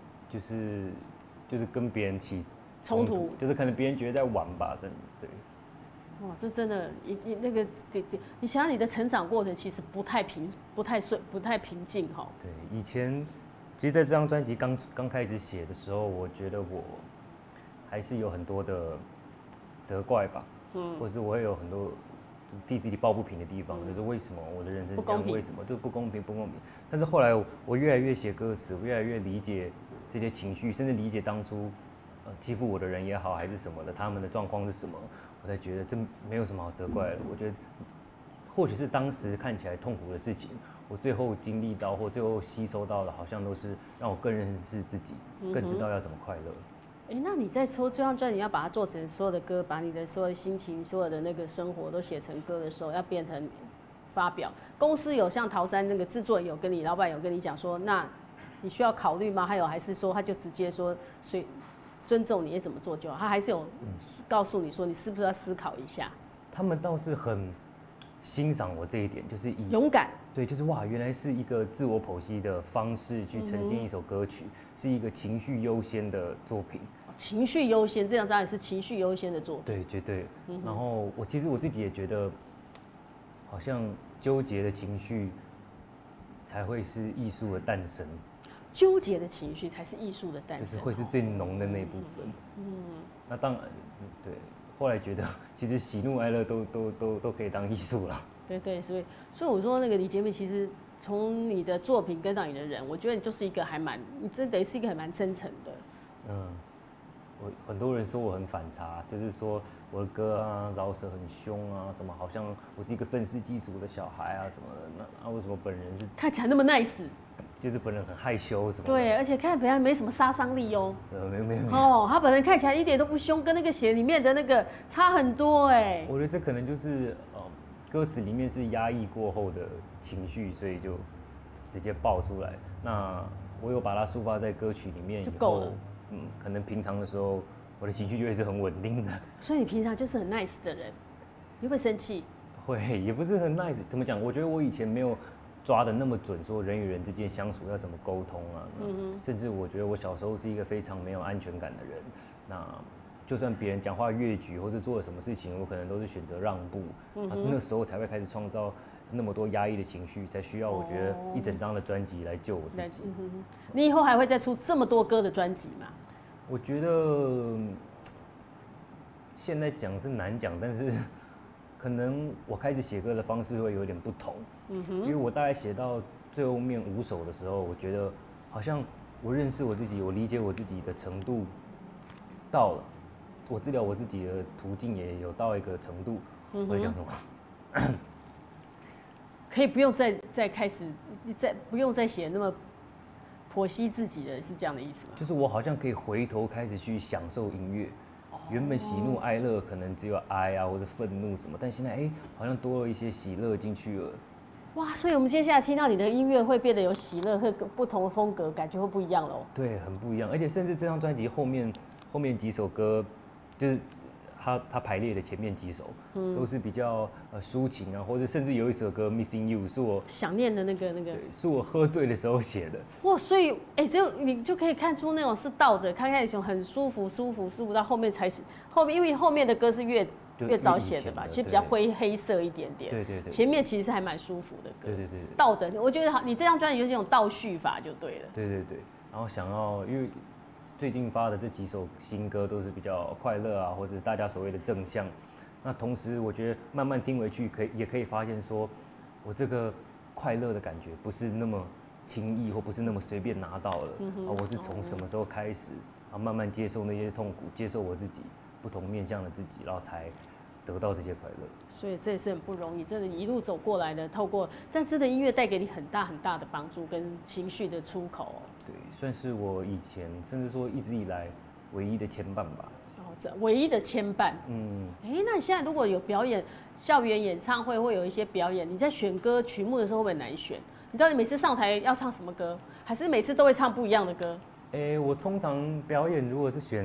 就是跟别人起冲突， 就是可能别人觉得在玩吧，对。 哇，这真的，你想想你的成长过程其实不太顺，不太平静哈。 对，以前其实在这张专辑刚开始写的时候，我觉得我还是有很多的责怪吧，或是我会有很多替自己抱不平的地方，就是为什么我的人生这样，为什么就不公平。但是后来我越来越写歌词，我越来越理解这些情绪，甚至理解当初欺负我的人也好，还是什么的，他们的状况是什么，我才觉得这没有什么好责怪的。我觉得或许是当时看起来痛苦的事情，我最后经历到或最后吸收到的，好像都是让我更认识自己，更知道要怎么快乐。 那你在抽这张专辑，要把它做成所有的歌，把你的所有的心情、所有的那个生活都写成歌的时候，要变成发表。公司有像陶山那个制作人有跟你，老板有跟你讲说，那你需要考虑吗？还是说他就直接说，尊重你也怎么做就好？他还是有告诉你说，你是不是要思考一下？ 他们倒是很欣赏我这一点，就是勇敢。 对，就是哇，原来是一个自我剖析的方式去呈现一首歌曲，是一个情绪优先的作品。 情绪优先，这张当然是情绪优先的作品。 对，绝对。然后其实我自己也觉得，好像纠结的情绪才会是艺术的诞生。 纠结的情绪才是艺术的诞生， 就是会是最浓的那部分。那当然，对。后来觉得，其实喜怒哀乐都可以当艺术了。 对，所以我说那个李杰明，其实从你的作品跟到你的人，我觉得你就是一个你真等于是一个还蛮真诚的。 很多人说我很反差，就是说我的歌啊饶舌很凶啊，什么好像我是一个愤世嫉俗的小孩啊什么的。那为什么本人是看起来那么 nice？ 就是本人很害羞什么的。 对，而且看起来没什么杀伤力哦。 没有。 哦，他本人看起来一点都不凶，跟那个血里面的那个差很多哎。 我觉得这可能就是歌词里面是压抑过后的情绪，所以就直接爆出来。那我有把它抒发在歌曲里面以后，就够了。可能平常的时候，我的情绪就会是很稳定的。 所以你平常就是很 nice 的人，你会生气？ 会，也不是很 nice。怎么讲？我觉得我以前没有抓得那么准，说人与人之间相处要怎么沟通啊。甚至我觉得我小时候是一个非常没有安全感的人。那就算别人讲话越矩，或者做了什么事情，我可能都是选择让步。那时候才会开始创造那么多压抑的情绪，才需要我觉得一整张的专辑来救我自己。 你以后还会再出这么多歌的专辑吗？ 我觉得现在讲是难讲，但是可能我开始写歌的方式会有点不同。因为我大概写到最后面5首的时候，我觉得好像我认识我自己，我理解我自己的程度到了，我治疗我自己的途径也有到一个程度。我在讲什么？ 可以不用再开始，不用再写那么剖析自己的，是这样的意思吗？ 就是我好像可以回头开始去享受音乐。原本喜怒哀乐可能只有哀啊或者愤怒什么，但现在好像多了一些喜乐进去了。 哇，所以我们接下来听到你的音乐会变得有喜乐和不同的风格，感觉会不一样喽。 对，很不一样，而且甚至这张专辑后面几首歌，就是他排列的前面几首，都是比较抒情啊，或者甚至有一首歌《Missing You》是我想念的那个， 对，是我喝醉的时候写的。 哇，所以你就可以看出那种是倒着，开始很舒服到后面才是因为后面的歌是越早写的吧，其实比较黑色一点点。 对。 前面其实是还蛮舒服的歌。 对。 倒着，我觉得你这张专辑就是这种倒叙法就对了。 对。然后因为最近发的这几首新歌都是比较快乐啊，或者是大家所谓的正向。那同时，我觉得慢慢听回去，也可以发现说，我这个快乐的感觉不是那么轻易，或不是那么随便拿到的。我是从什么时候开始，然后慢慢接受那些痛苦，接受我自己不同面向的自己，然后才得到这些快乐。 所以这也是很不容易，真的，一路走过来的，但真的音乐带给你很大的帮助跟情绪的出口哦。 对，算是我以前甚至说一直以来唯一的牵绊吧。 唯一的牵绊。那你现在如果有表演校园演唱会，会有一些表演，你在选歌曲目的时候会不会难选？你到底每次上台要唱什么歌，还是每次都会唱不一样的歌？ 我通常表演如果是选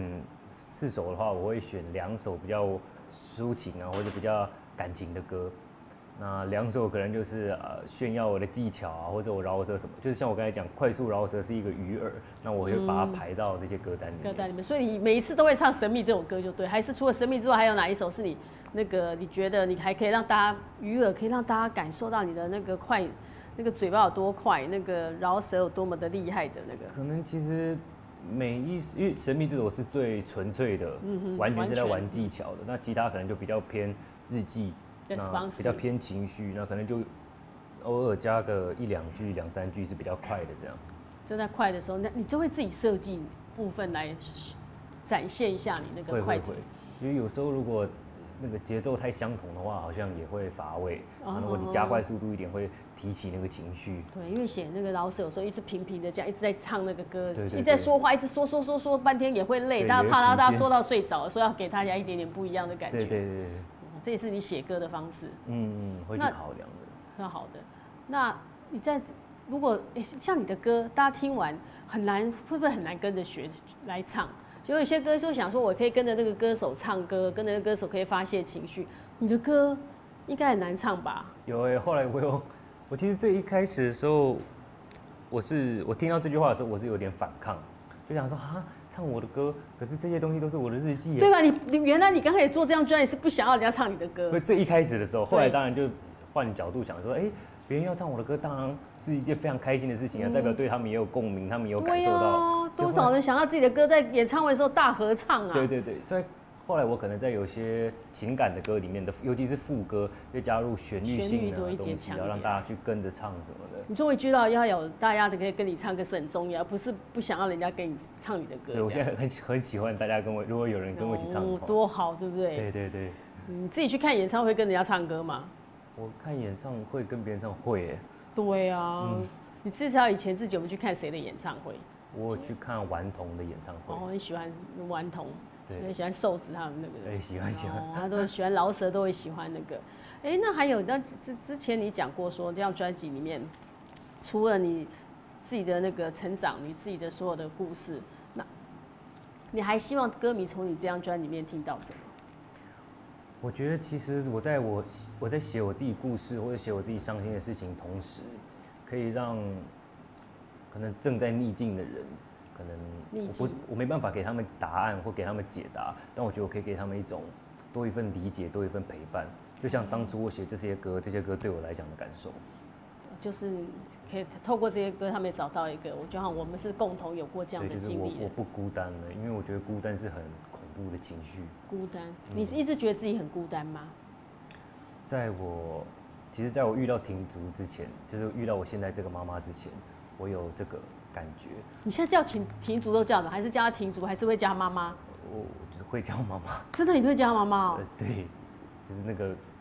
4首的话，我会选2首比较抒情啊或者比较感情的歌。那2首可能就是炫耀我的技巧啊，或者我饶舌什么，就是像我刚才讲，快速饶舌是一个鱼饵，那我会把它排到这些歌单里面。 所以你每一次都会唱《神秘》这种歌就对，还是除了《神秘》之外，还有哪一首是你你觉得你还可以让大家鱼饵，可以让大家感受到你的那个快，那个嘴巴有多快，那个饶舌有多么的厉害的那个？ 可能其实因为《神秘》这首是最纯粹的，完全是在玩技巧的，那其他可能就比较偏日记。那比较偏情绪，那可能就偶尔加个1、2句、2、3句是比较快的这样。 就在快的时候，那你就会自己设计部分来展现一下你那个快嘴。 因为有时候如果那个节奏太相同的话，好像也会乏味。如果你加快速度一点，会提起那个情绪。 对，因为写那个饶舌有时候一直平的这样，一直在唱那个歌，一直在说话，一直说半天也会累，大家怕大家说到睡着，所以要给大家一点点不一样的感觉。 对。 这也是你写歌的方式， 会去考量的。 那好的，那你如果像你的歌，大家听完很难，会不会很难跟着学来唱？就有些歌就想说，我可以跟着那个歌手唱歌，跟着那个歌手可以发泄情绪。你的歌应该很难唱吧？ 有后来我其实最一开始的时候，我听到这句话的时候，我是有点反抗，就想说唱我的歌，可是这些东西都是我的日记， 对吧？你原来你刚开始做这张专辑是不想要人家唱你的歌， 最一开始的时候，后来当然就换角度想说，别人要唱我的歌，当然是一件非常开心的事情啊，代表对他们也有共鸣，他们也有感受到。 多少人想要自己的歌在演唱会的时候大合唱啊？ 对，所以后来我可能在有些情感的歌里面的，尤其是副歌，会加入旋律性的东西，要让大家去跟着唱什么的。 你终于知道要有大家的可以跟你唱歌是很重要，不是不想要人家跟你唱你的歌。 对，我现在很喜欢大家跟我，如果有人跟我一起唱的话， 多好，对不对？ 对。 你自己去看演唱会跟人家唱歌吗？ 我看演唱会跟别人唱会耶。 对啊，你至少以前自己有没有去看谁的演唱会？ 我有去看顽童的演唱会。 你喜欢顽童？ 对， 喜欢瘦子他们那个。 喜欢。 他都喜欢饶舌，都会喜欢那个。那还有，那之前你讲过说，这张专辑里面，除了你自己的那个成长，你自己的所有的故事，那你还希望歌迷从你这张专辑里面听到什么？ 我觉得其实我在写我自己故事或者写我自己伤心的事情，同时可以让可能正在逆境的人，可能我没办法给他们答案或给他们解答，但我觉得我可以给他们多一份理解，多一份陪伴。就像当初我写这些歌对我来讲的感受， 就是可以透过这些歌，他们也找到一个，我觉得我们是共同有过这样的经历。 就是我不孤单了，因为我觉得孤单是很恐怖的情绪。 孤单，你一直觉得自己很孤单吗？ 其实在我遇到停足之前，就是遇到我现在这个妈妈之前，我有这个感觉。 你现在叫停足都叫的，还是叫她停足，还是会叫她妈妈？ 我会叫妈妈。 真的，你会叫她妈妈哦？ 对，就是那个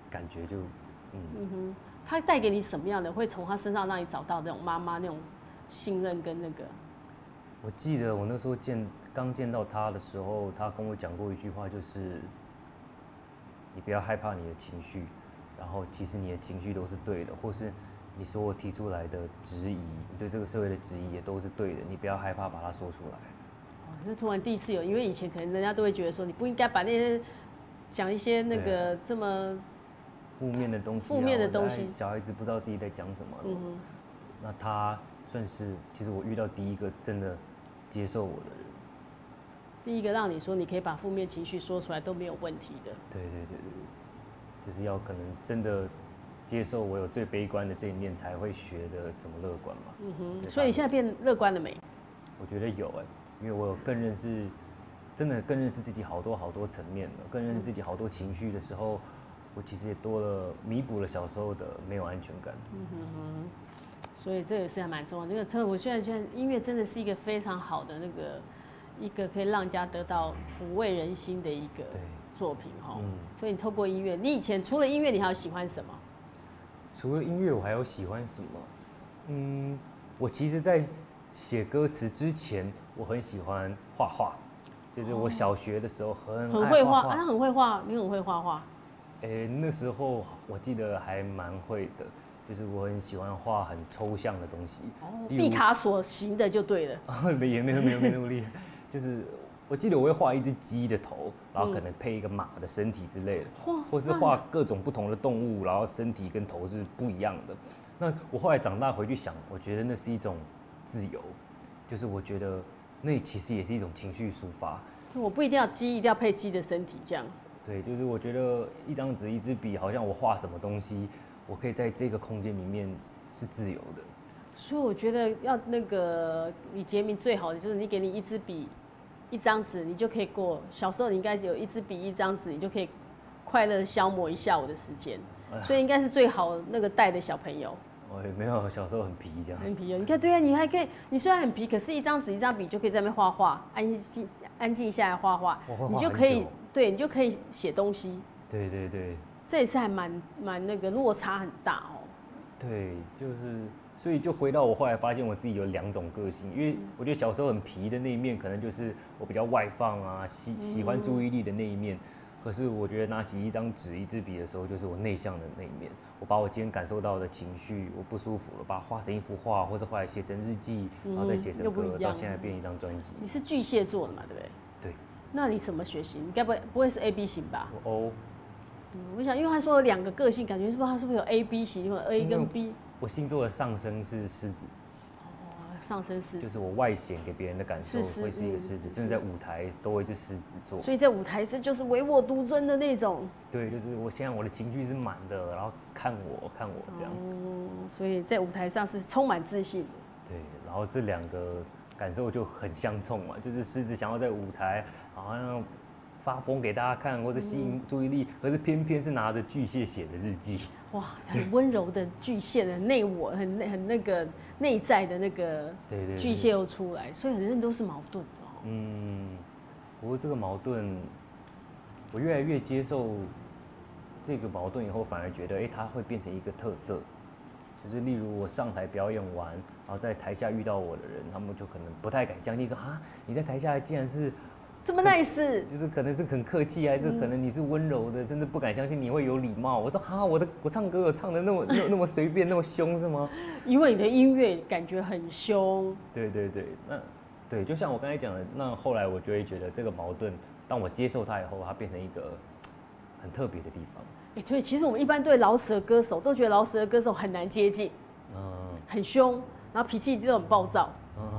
感觉就， 他带给你什么样的？会从他身上让你找到那种妈妈那种信任跟那个。 我记得我那时候刚见到他的时候，他跟我讲过一句话，就是你不要害怕你的情绪，然后其实你的情绪都是对的，或是你所有提出来的质疑，你对这个社会的质疑也都是对的，你不要害怕把它说出来。 就突然第一次有，因为以前可能人家都会觉得说你不应该把那些讲一些那个这么负面的东西、 负面的东西， 小孩子不知道自己在讲什么。那他算是其实我遇到第一个真的接受我的人， 第一个让你说你可以把负面情绪说出来都没有问题的。 对，就是要可能真的接受我有最悲观的这一面，才会学的怎么乐观嘛。 所以你现在变乐观了没？ 我觉得有因为我有真的更认识自己好多层面了，更认识自己好多情绪的时候，我其实也弥补了小时候的没有安全感。 所以这也是还蛮重要的。我现在音乐真的是一个非常好的一个可以让人家得到抚慰人心的一个作品哈。所以你透过音乐，你以前除了音乐，你还有喜欢什么？ 除了音乐，我还有喜欢什么？我其实，在写歌词之前，我很喜欢画画，就是我小学的时候很会画，他很会画，你很会画画。 那时候我记得还蛮会的，就是我很喜欢画很抽象的东西， 毕卡索型的就对了。 也没那么厉害，就是我记得我会画一只鸡的头，然后可能配一个马的身体之类的，或是画各种不同的动物，然后身体跟头是不一样的。那我后来长大回去想，我觉得那是一种自由，就是我觉得那其实也是一种情绪抒发。 我不一定要鸡，一定要配鸡的身体这样。 对，就是我觉得一张纸一支笔，好像我画什么东西，我可以在这个空间里面是自由的。 所以我觉得要李杰明最好的就是你给你一支笔、一张纸，你就可以过。小时候你应该有一支笔、一张纸，你就可以快乐消磨一下午的时间。所以应该是最好带的小朋友。 没有，小时候很皮这样。 很皮哦，你看，对啊，你还可以，你虽然很皮，可是一张纸一张笔就可以在那边画画，安静下来画画，你就可以，对你就可以写东西。 对， 这也是还蛮落差很大哦。 对，就是所以就回到我后来发现我自己有2种个性，因为我觉得小时候很皮的那一面，可能就是我比较外放啊，喜欢注意力的那一面。可是我觉得拿起一张纸、一支笔的时候，就是我内向的那一面。我把我今天感受到的情绪，我不舒服了，把它画成一幅画，或者后来写成日记，然后再写成歌，到现在变一张专辑。 你是巨蟹座的嘛，对不对？ 对。 那你什么血型？你该不会是 AB 型吧？ 我 O。 我想，因为他说有2个个性，感觉他是不是有 AB 型，或 A 跟 B？ 我星座的上升是狮子。 上升狮子就是我外显给别人的感受会是一个狮子，甚至在舞台都会是狮子座。 所以在舞台就是唯我独尊的那种。 对，就是我现在我的情绪是满的，然后看我这样。 所以在舞台上是充满自信的。 对，然后这2个感受就很相冲嘛，就是狮子想要在舞台好像发疯给大家看，或者吸引注意力，可是偏偏是拿着巨蟹写的日记。 哇，很温柔的巨蟹的内我，很内在的巨蟹又出来，所以人人都是矛盾的哦。 不过这个矛盾，我越来越接受这个矛盾以后，反而觉得，它会变成一个特色。就是例如我上台表演完，然后在台下遇到我的人，他们就可能不太敢相信，说你在台下竟然是这么 nice， 就是可能是很客气，还是可能你是温柔的，真的不敢相信你会有礼貌。我说我唱歌有唱的那么随便，那么凶是吗？ 因为你的音乐感觉很凶。 对，那对，就像我刚才讲的，那后来我就会觉得这个矛盾，当我接受它以后，它变成一个很特别的地方。 对，其实我们一般对饶舌歌手都觉得饶舌歌手很难接近，很凶，然后脾气都很暴躁。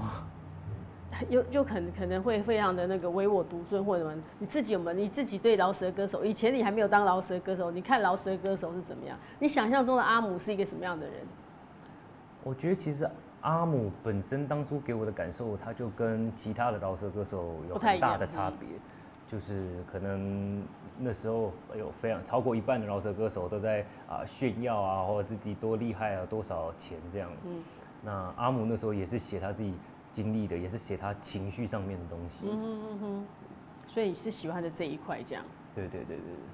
就可能会非常的唯我独尊或者什么，你自己对饶舌歌手，以前你还没有当饶舌歌手，你看饶舌歌手是怎么样？你想象中的阿姆是一个什么样的人？ 我觉得其实阿姆本身当初给我的感受，他就跟其他的饶舌歌手有很大的差别，就是可能那时候有非常超过一半的饶舌歌手都在炫耀啊，或者自己多厉害啊，多少钱这样。那阿姆那时候也是写他自己经历的，也是写他情绪上面的东西。 所以你是喜欢的这一块这样。 对。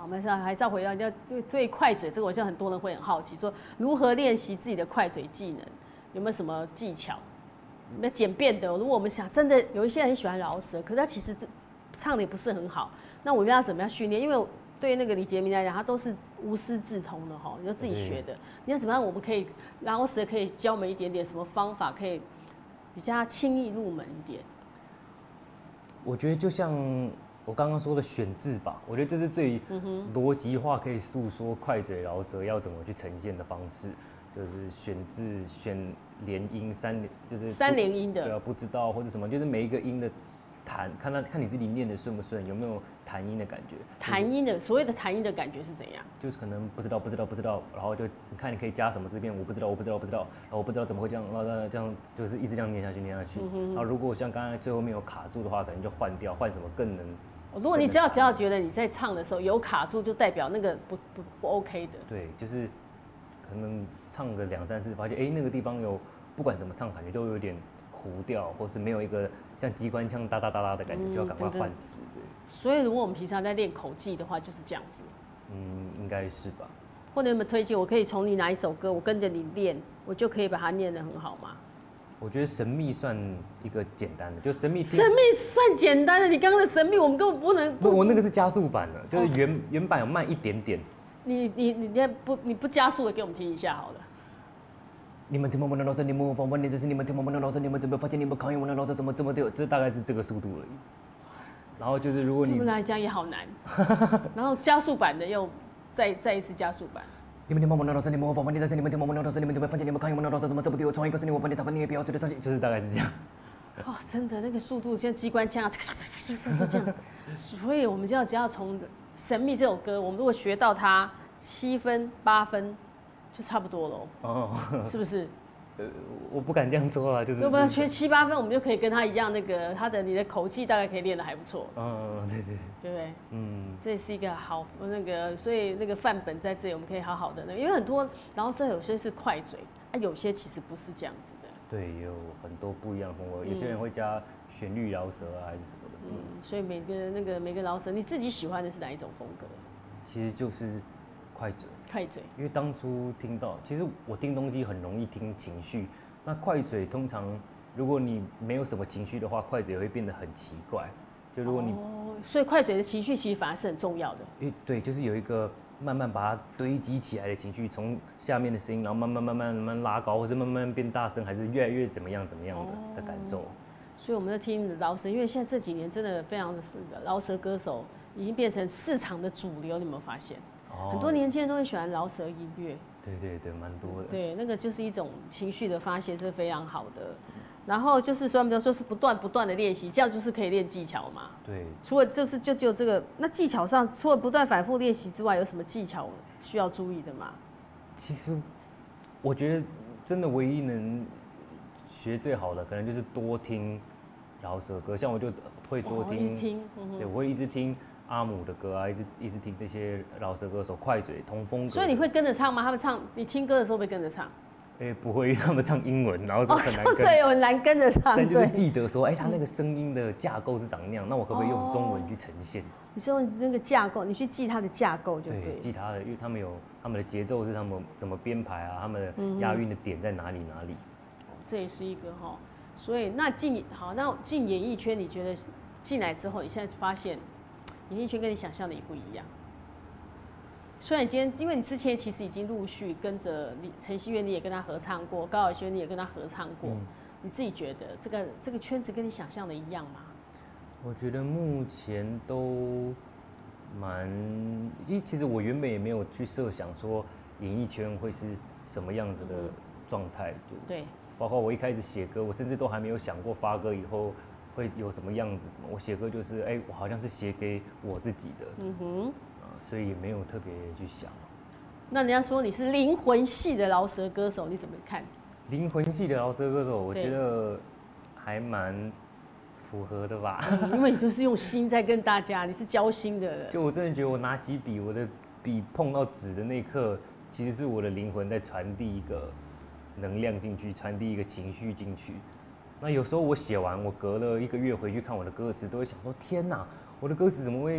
我们还是要回到对快嘴这个，我相信很多人会很好奇，说如何练习自己的快嘴技能，有没有什么技巧？那简便的，如果我们想真的有一些人很喜欢饶舌，可是他其实唱的也不是很好，那我们要怎么样训练？因为对那个李杰明来讲，他都是无师自通的哈，你就自己学的。你要怎么样？我们可以饶舌可以教我们一点点什么方法，可以比较轻易入门一点。 我觉得就像我刚刚说的选字吧，我觉得这是最逻辑化可以诉说快嘴饶舌要怎么去呈现的方式，就是选字、选连音就是三连音的， 对啊，不知道或者什么，就是每一个音的弹，看你自己念的顺不顺，有没有弹音的感觉。 弹音的所谓的弹音的感觉是怎样？ 就是可能不知道，然后就你看你可以加什么字变我不知道，然后我不知道怎么会这样，然后这样就是一直这样念下去。然后如果像刚才最后面有卡住的话，可能就换掉，换什么更能。 如果你只要觉得你在唱的时候有卡住，就代表那个不 OK 的。 对，就是可能唱个2、3次，发现那个地方有不管怎么唱，感觉都有点糊掉，或是没有一个像机关枪哒哒哒哒的感觉，就要赶快换词。对。 所以如果我们平常在练口技的话，就是这样子。 应该是吧。 或者有没有推荐？我可以从你哪一首歌，我跟着你练，我就可以把它念得很好吗？ 我觉得神秘算一个简单的，就神秘算简单的。你刚刚的神秘，我们根本不能。 不，我那个是加速版的，就是原版有慢一点点。 你不加速的给我们听一下好了。 你们听不懂饶舌，你们无法问题，这是你们听不懂饶舌，你们怎么发现你们考验我的饶舌怎么这么丢？这大概是这个速度而已。然后就是如果你对我来讲也好难，然后加速版的又再一次加速版。 你们听不懂饶舌，你们无法问题，这是你们听不懂饶舌，你们怎么发现你们考验我的饶舌怎么这么丢？创意告诉你我问题，他们你也不要追得上去，就是大概是这样。 哇，真的那个速度像机关枪啊，就是这样。所以我们只要从《神秘》这首歌，我们如果学到它7分8分，就差不多了。哦，是不是？ 我不敢这样说啊，就是。 如果学7、8分，我们就可以跟他一样，你的口技大概可以练得还不错。 对。 对不对？这是一个好所以那个范本在这里，我们可以好好的因为很多饶舌有些是快嘴啊，有些其实不是这样子的。 对，有很多不一样的风格，有些人会加旋律饶舌啊，还是什么的。 所以每个饶舌，你自己喜欢的是哪一种风格？ 其实就是快嘴。 快嘴， 因为当初听到，其实我听东西很容易听情绪，那快嘴通常如果你没有什么情绪的话，快嘴会变得很奇怪。就如果你所以快嘴的情绪其实反而是很重要的。 对，就是有一个慢慢把它堆积起来的情绪，从下面的声音，然后慢慢拉高，或是慢慢变大声，还是越来越怎么样的感受。 所以我们在听饶舌，因为现在这几年真的非常的饶舌歌手已经变成市场的主流，你有没有发现？很多年轻人都很喜欢饶舌音乐。 对，蛮多的。 对，那个就是一种情绪的发泄，是非常好的。然后就是说，比如说是不断的练习，这样就是可以练技巧嘛。 对。 除了就只有这个，那技巧上除了不断反复练习之外，有什么技巧需要注意的吗？ 其实我觉得真的唯一能学最好的，可能就是多听饶舌歌，像我就会多听。对，我会一直听阿姆的歌啊，一直听这些饶舌歌手快嘴同风格。 所以你会跟着唱吗？他们唱，你听歌的时候会跟着唱？ 不会，因为他们唱英文，然后就很难跟。 所以很难跟着唱。 但就是记得说，他那个声音的架构是长那样，那我可不可以用中文去呈现？ 你说那个架构，你去记它的架构就对。 对，记它的，因为他们有他们的节奏是他们怎么编排啊，他们的押韵的点在哪里。 这也是一个哈，所以那进演艺圈，你觉得进来之后，你现在发现演艺圈跟你想象的也不一样。虽然今天，因为你之前其实已经陆续跟着陈希苑，你也跟他合唱过，高尔宣你也跟他合唱过，你自己觉得这个圈子跟你想象的一样吗？ 我觉得目前都因为其实我原本也没有去设想说演艺圈会是什么样子的状态， 对， 包括我一开始写歌，我甚至都还没有想过发歌以后会有什么样子什么。我写歌就是我好像是写给我自己的，所以也没有特别去想。 那人家说你是灵魂系的饶舌歌手，你怎么看？ 灵魂系的饶舌歌手，我觉得还蛮符合的吧。 因为你就是用心在跟大家，你是交心的人。 就我真的觉得我拿起笔，我的笔碰到纸的那一刻，其实是我的灵魂在传递一个能量进去，传递一个情绪进去。那有时候我写完，我隔了1个月回去看我的歌词，都会想说：天哪，我的歌词怎么会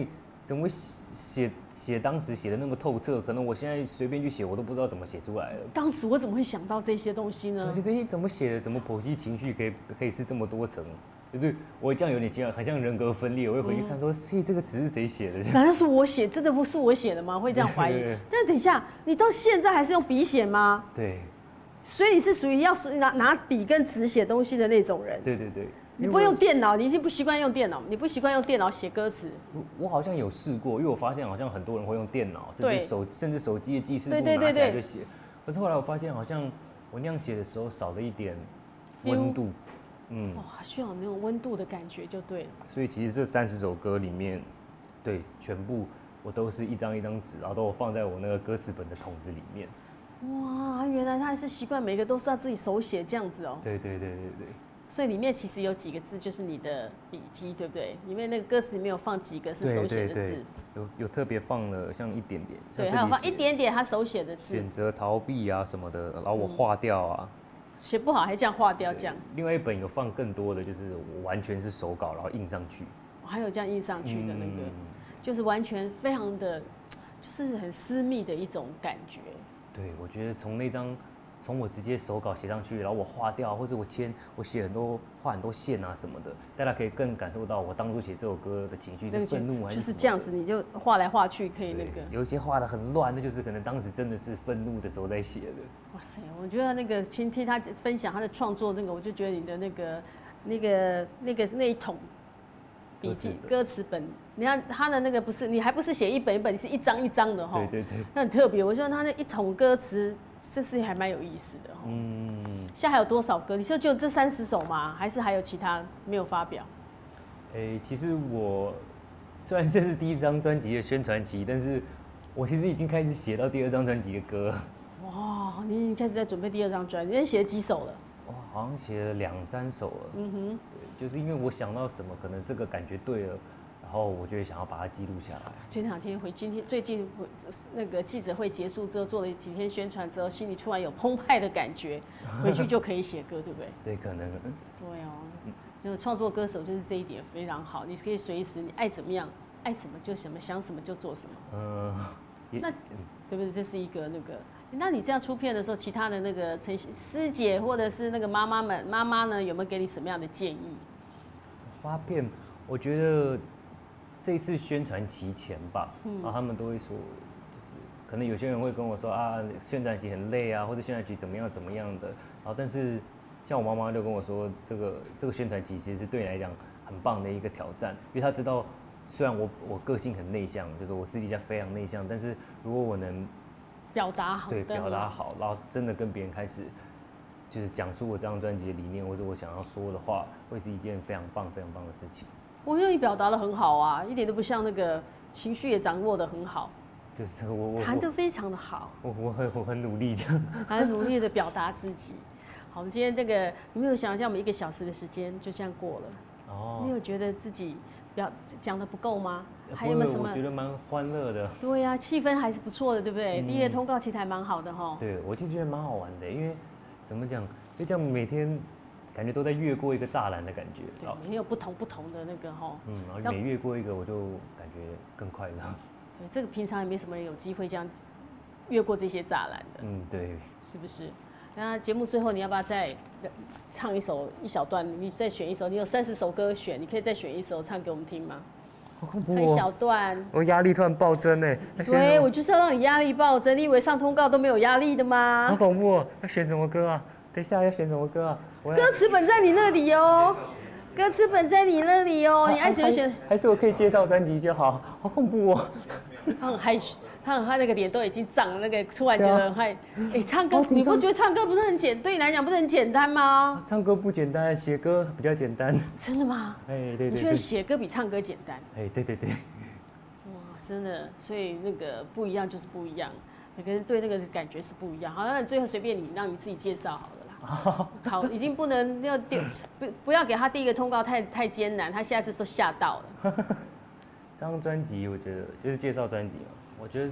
怎么写当时写的那么透彻，可能我现在随便去写，我都不知道怎么写出来了。 当时我怎么会想到这些东西呢？ 我觉得怎么写的，怎么剖析情绪可以是这么多层，就是我这样有点惊讶，很像人格分裂。我会回去看说，这个词是谁写的？ 难道是我写？真的不是我写的吗？会这样怀疑。但是等一下，你到现在还是用笔写吗？ 对。 所以你是属于要拿笔跟纸写东西的那种人。 对对对。 你不会用电脑，你已经不习惯用电脑，你不习惯用电脑写歌词。 我好像有试过，因为我发现好像很多人会用电脑，甚至手机的记事簿拿起来就写。可是后来我发现，好像我那样写的时候少了一点温度。 哇，需要那种温度的感觉就对了。 所以其实这30首歌里面，对，全部我都是一张一张纸，然后都放在我那个歌词本的筒子里面。 哇，原来他还是习惯每个都是他自己手写这样子哦。 对。 所以里面其实有几个字就是你的笔记，对不对？里面那个歌词里面有放几个是手写的字， 有特别放了像一点点， 对，还有放一点点他手写的字， 选择逃避啊什么的，然后我划掉啊， 写不好还这样划掉这样。 另外一本有放更多的，就是我完全是手稿，然后印上去， 还有这样印上去的那个，就是完全非常的，就是很私密的一种感觉。 对，我觉得从我直接手稿写上去，然后我划掉，或者我写画很多线啊什么的，大家可以更感受到我当初写这首歌的情绪是愤怒还是就是这样子，你就画来画去可以那个。 有一些画的很乱，那就是可能当时真的是愤怒的时候在写的。 哇塞，我觉得那个听他分享他的创作那个，我就觉得你的那一桶笔记歌词本，你看他的那个不是你还不是写一本一本，你是一张一张的哈。 对， 那很特别。我觉得他那一桶歌词，这是还蛮有意思的哈。现在还有多少歌？你说就这30首吗？还是还有其他没有发表？ 其实我虽然这是第1张专辑的宣传期，但是我其实已经开始写到第2张专辑的歌。 哇，你已经开始在准备第2张专辑，你写了几首了？ 我好像写了2、3首了。对，就是因为我想到什么，可能这个感觉对了，然后我就会想要把它记录下来。 前2天最近那个记者会结束之后，做了几天宣传之后，心里突然有澎湃的感觉，回去就可以写歌，对不对？ 对，可能。 对哦，就是创作歌手就是这一点非常好，你可以随时你爱怎么样，爱什么就什么，想什么就做什么。那对不对？这是一个那个。那你这样出片的时候，其他的那个师姐或者是那个妈妈呢，有没有给你什么样的建议？ 发片，我觉得这一次宣传期前吧，然后他们都会说，就是可能有些人会跟我说啊，宣传期很累啊，或者宣传期怎么样的，然后但是像我妈妈就跟我说，这个宣传期其实是对你来讲很棒的一个挑战，因为她知道，虽然我个性很内向，就是我私底下非常内向，但是如果我能表达好，然后真的跟别人开始就是讲出我这张专辑的理念，或者我想要说的话，会是一件非常棒的事情。 我觉得你表达的很好啊，一点都不像那个情绪也掌握的很好， 就是我弹得非常的好。 我很努力这样， 很努力的表达自己。好，我们今天这个有没有想象我们1个小时的时间就这样过了？哦，你有觉得自己讲的不够吗？还有没有什么？ 我觉得蛮欢乐的。 对呀，气氛还是不错的，对不对？第一个通告其实还蛮好的哈。 对，我就觉得蛮好玩的，因为怎么讲，就这样每天感觉都在越过一个栅栏的感觉。 对，每天有不同的那个哈。 然后每越过一个，我就感觉更快乐。 对，这个平常也没什么人有机会这样越过这些栅栏的。 对。 是不是？那节目最后你要不要再唱一小段？你再选一首，你有30首歌选，你可以再选一首唱给我们听吗？ 好恐怖唱一小段。 我压力突然暴增哎。 对，我就是要让你压力暴增。你以为上通告都没有压力的吗？ 好恐怖哦！要选什么歌啊？等一下要选什么歌啊？ 歌词本在你那里哦，歌词本在你那里哦，你爱选选。 还是我可以介绍专辑就好？好恐怖哦！ 他很害羞。他那个脸都已经涨了，那个突然觉得很害。唱歌你不觉得唱歌不是对你来讲不是很简单吗？ 唱歌不简单，写歌比较简单。 真的吗？ 对。 我觉得写歌比唱歌简单。 对。 哇，真的，所以那个不一样就是不一样，每个人对那个感觉是不一样。好，那最后随便你让你自己介绍好了啦。好，已经不能不要给他第一个通告太艰难，他下次都吓到了。 这张专辑我觉得就是介绍专辑嘛。我觉得，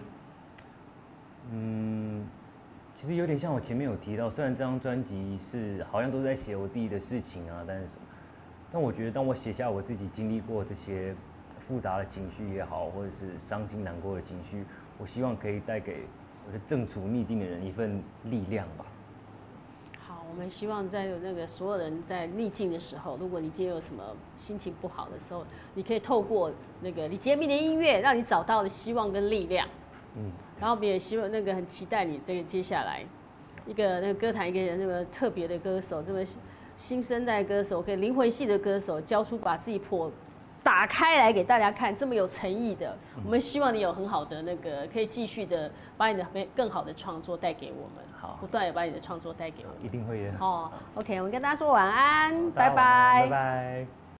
其实有点像我前面有提到，虽然这张专辑是好像都在写我自己的事情啊，但我觉得当我写下我自己经历过这些复杂的情绪也好，或者是伤心难过的情绪，我希望可以带给我的正处逆境的人一份力量吧。 好，我们希望在那个所有人在逆境的时候，如果你今天有什么心情不好的时候，你可以透过那个李杰明的音乐，让你找到了希望跟力量。然后我们也希望那个很期待你这个接下来一个那个歌坛一个那么特别的歌手，这么新生代歌手，可以灵魂系的歌手，交出把自己打开来给大家看，这么有诚意的。我们希望你有很好的那个，可以继续的把你的更好的创作带给我们， 好， 不断的把你的创作带给我们， 一定会的。 哦，OK， 我们跟大家说晚安，拜拜拜。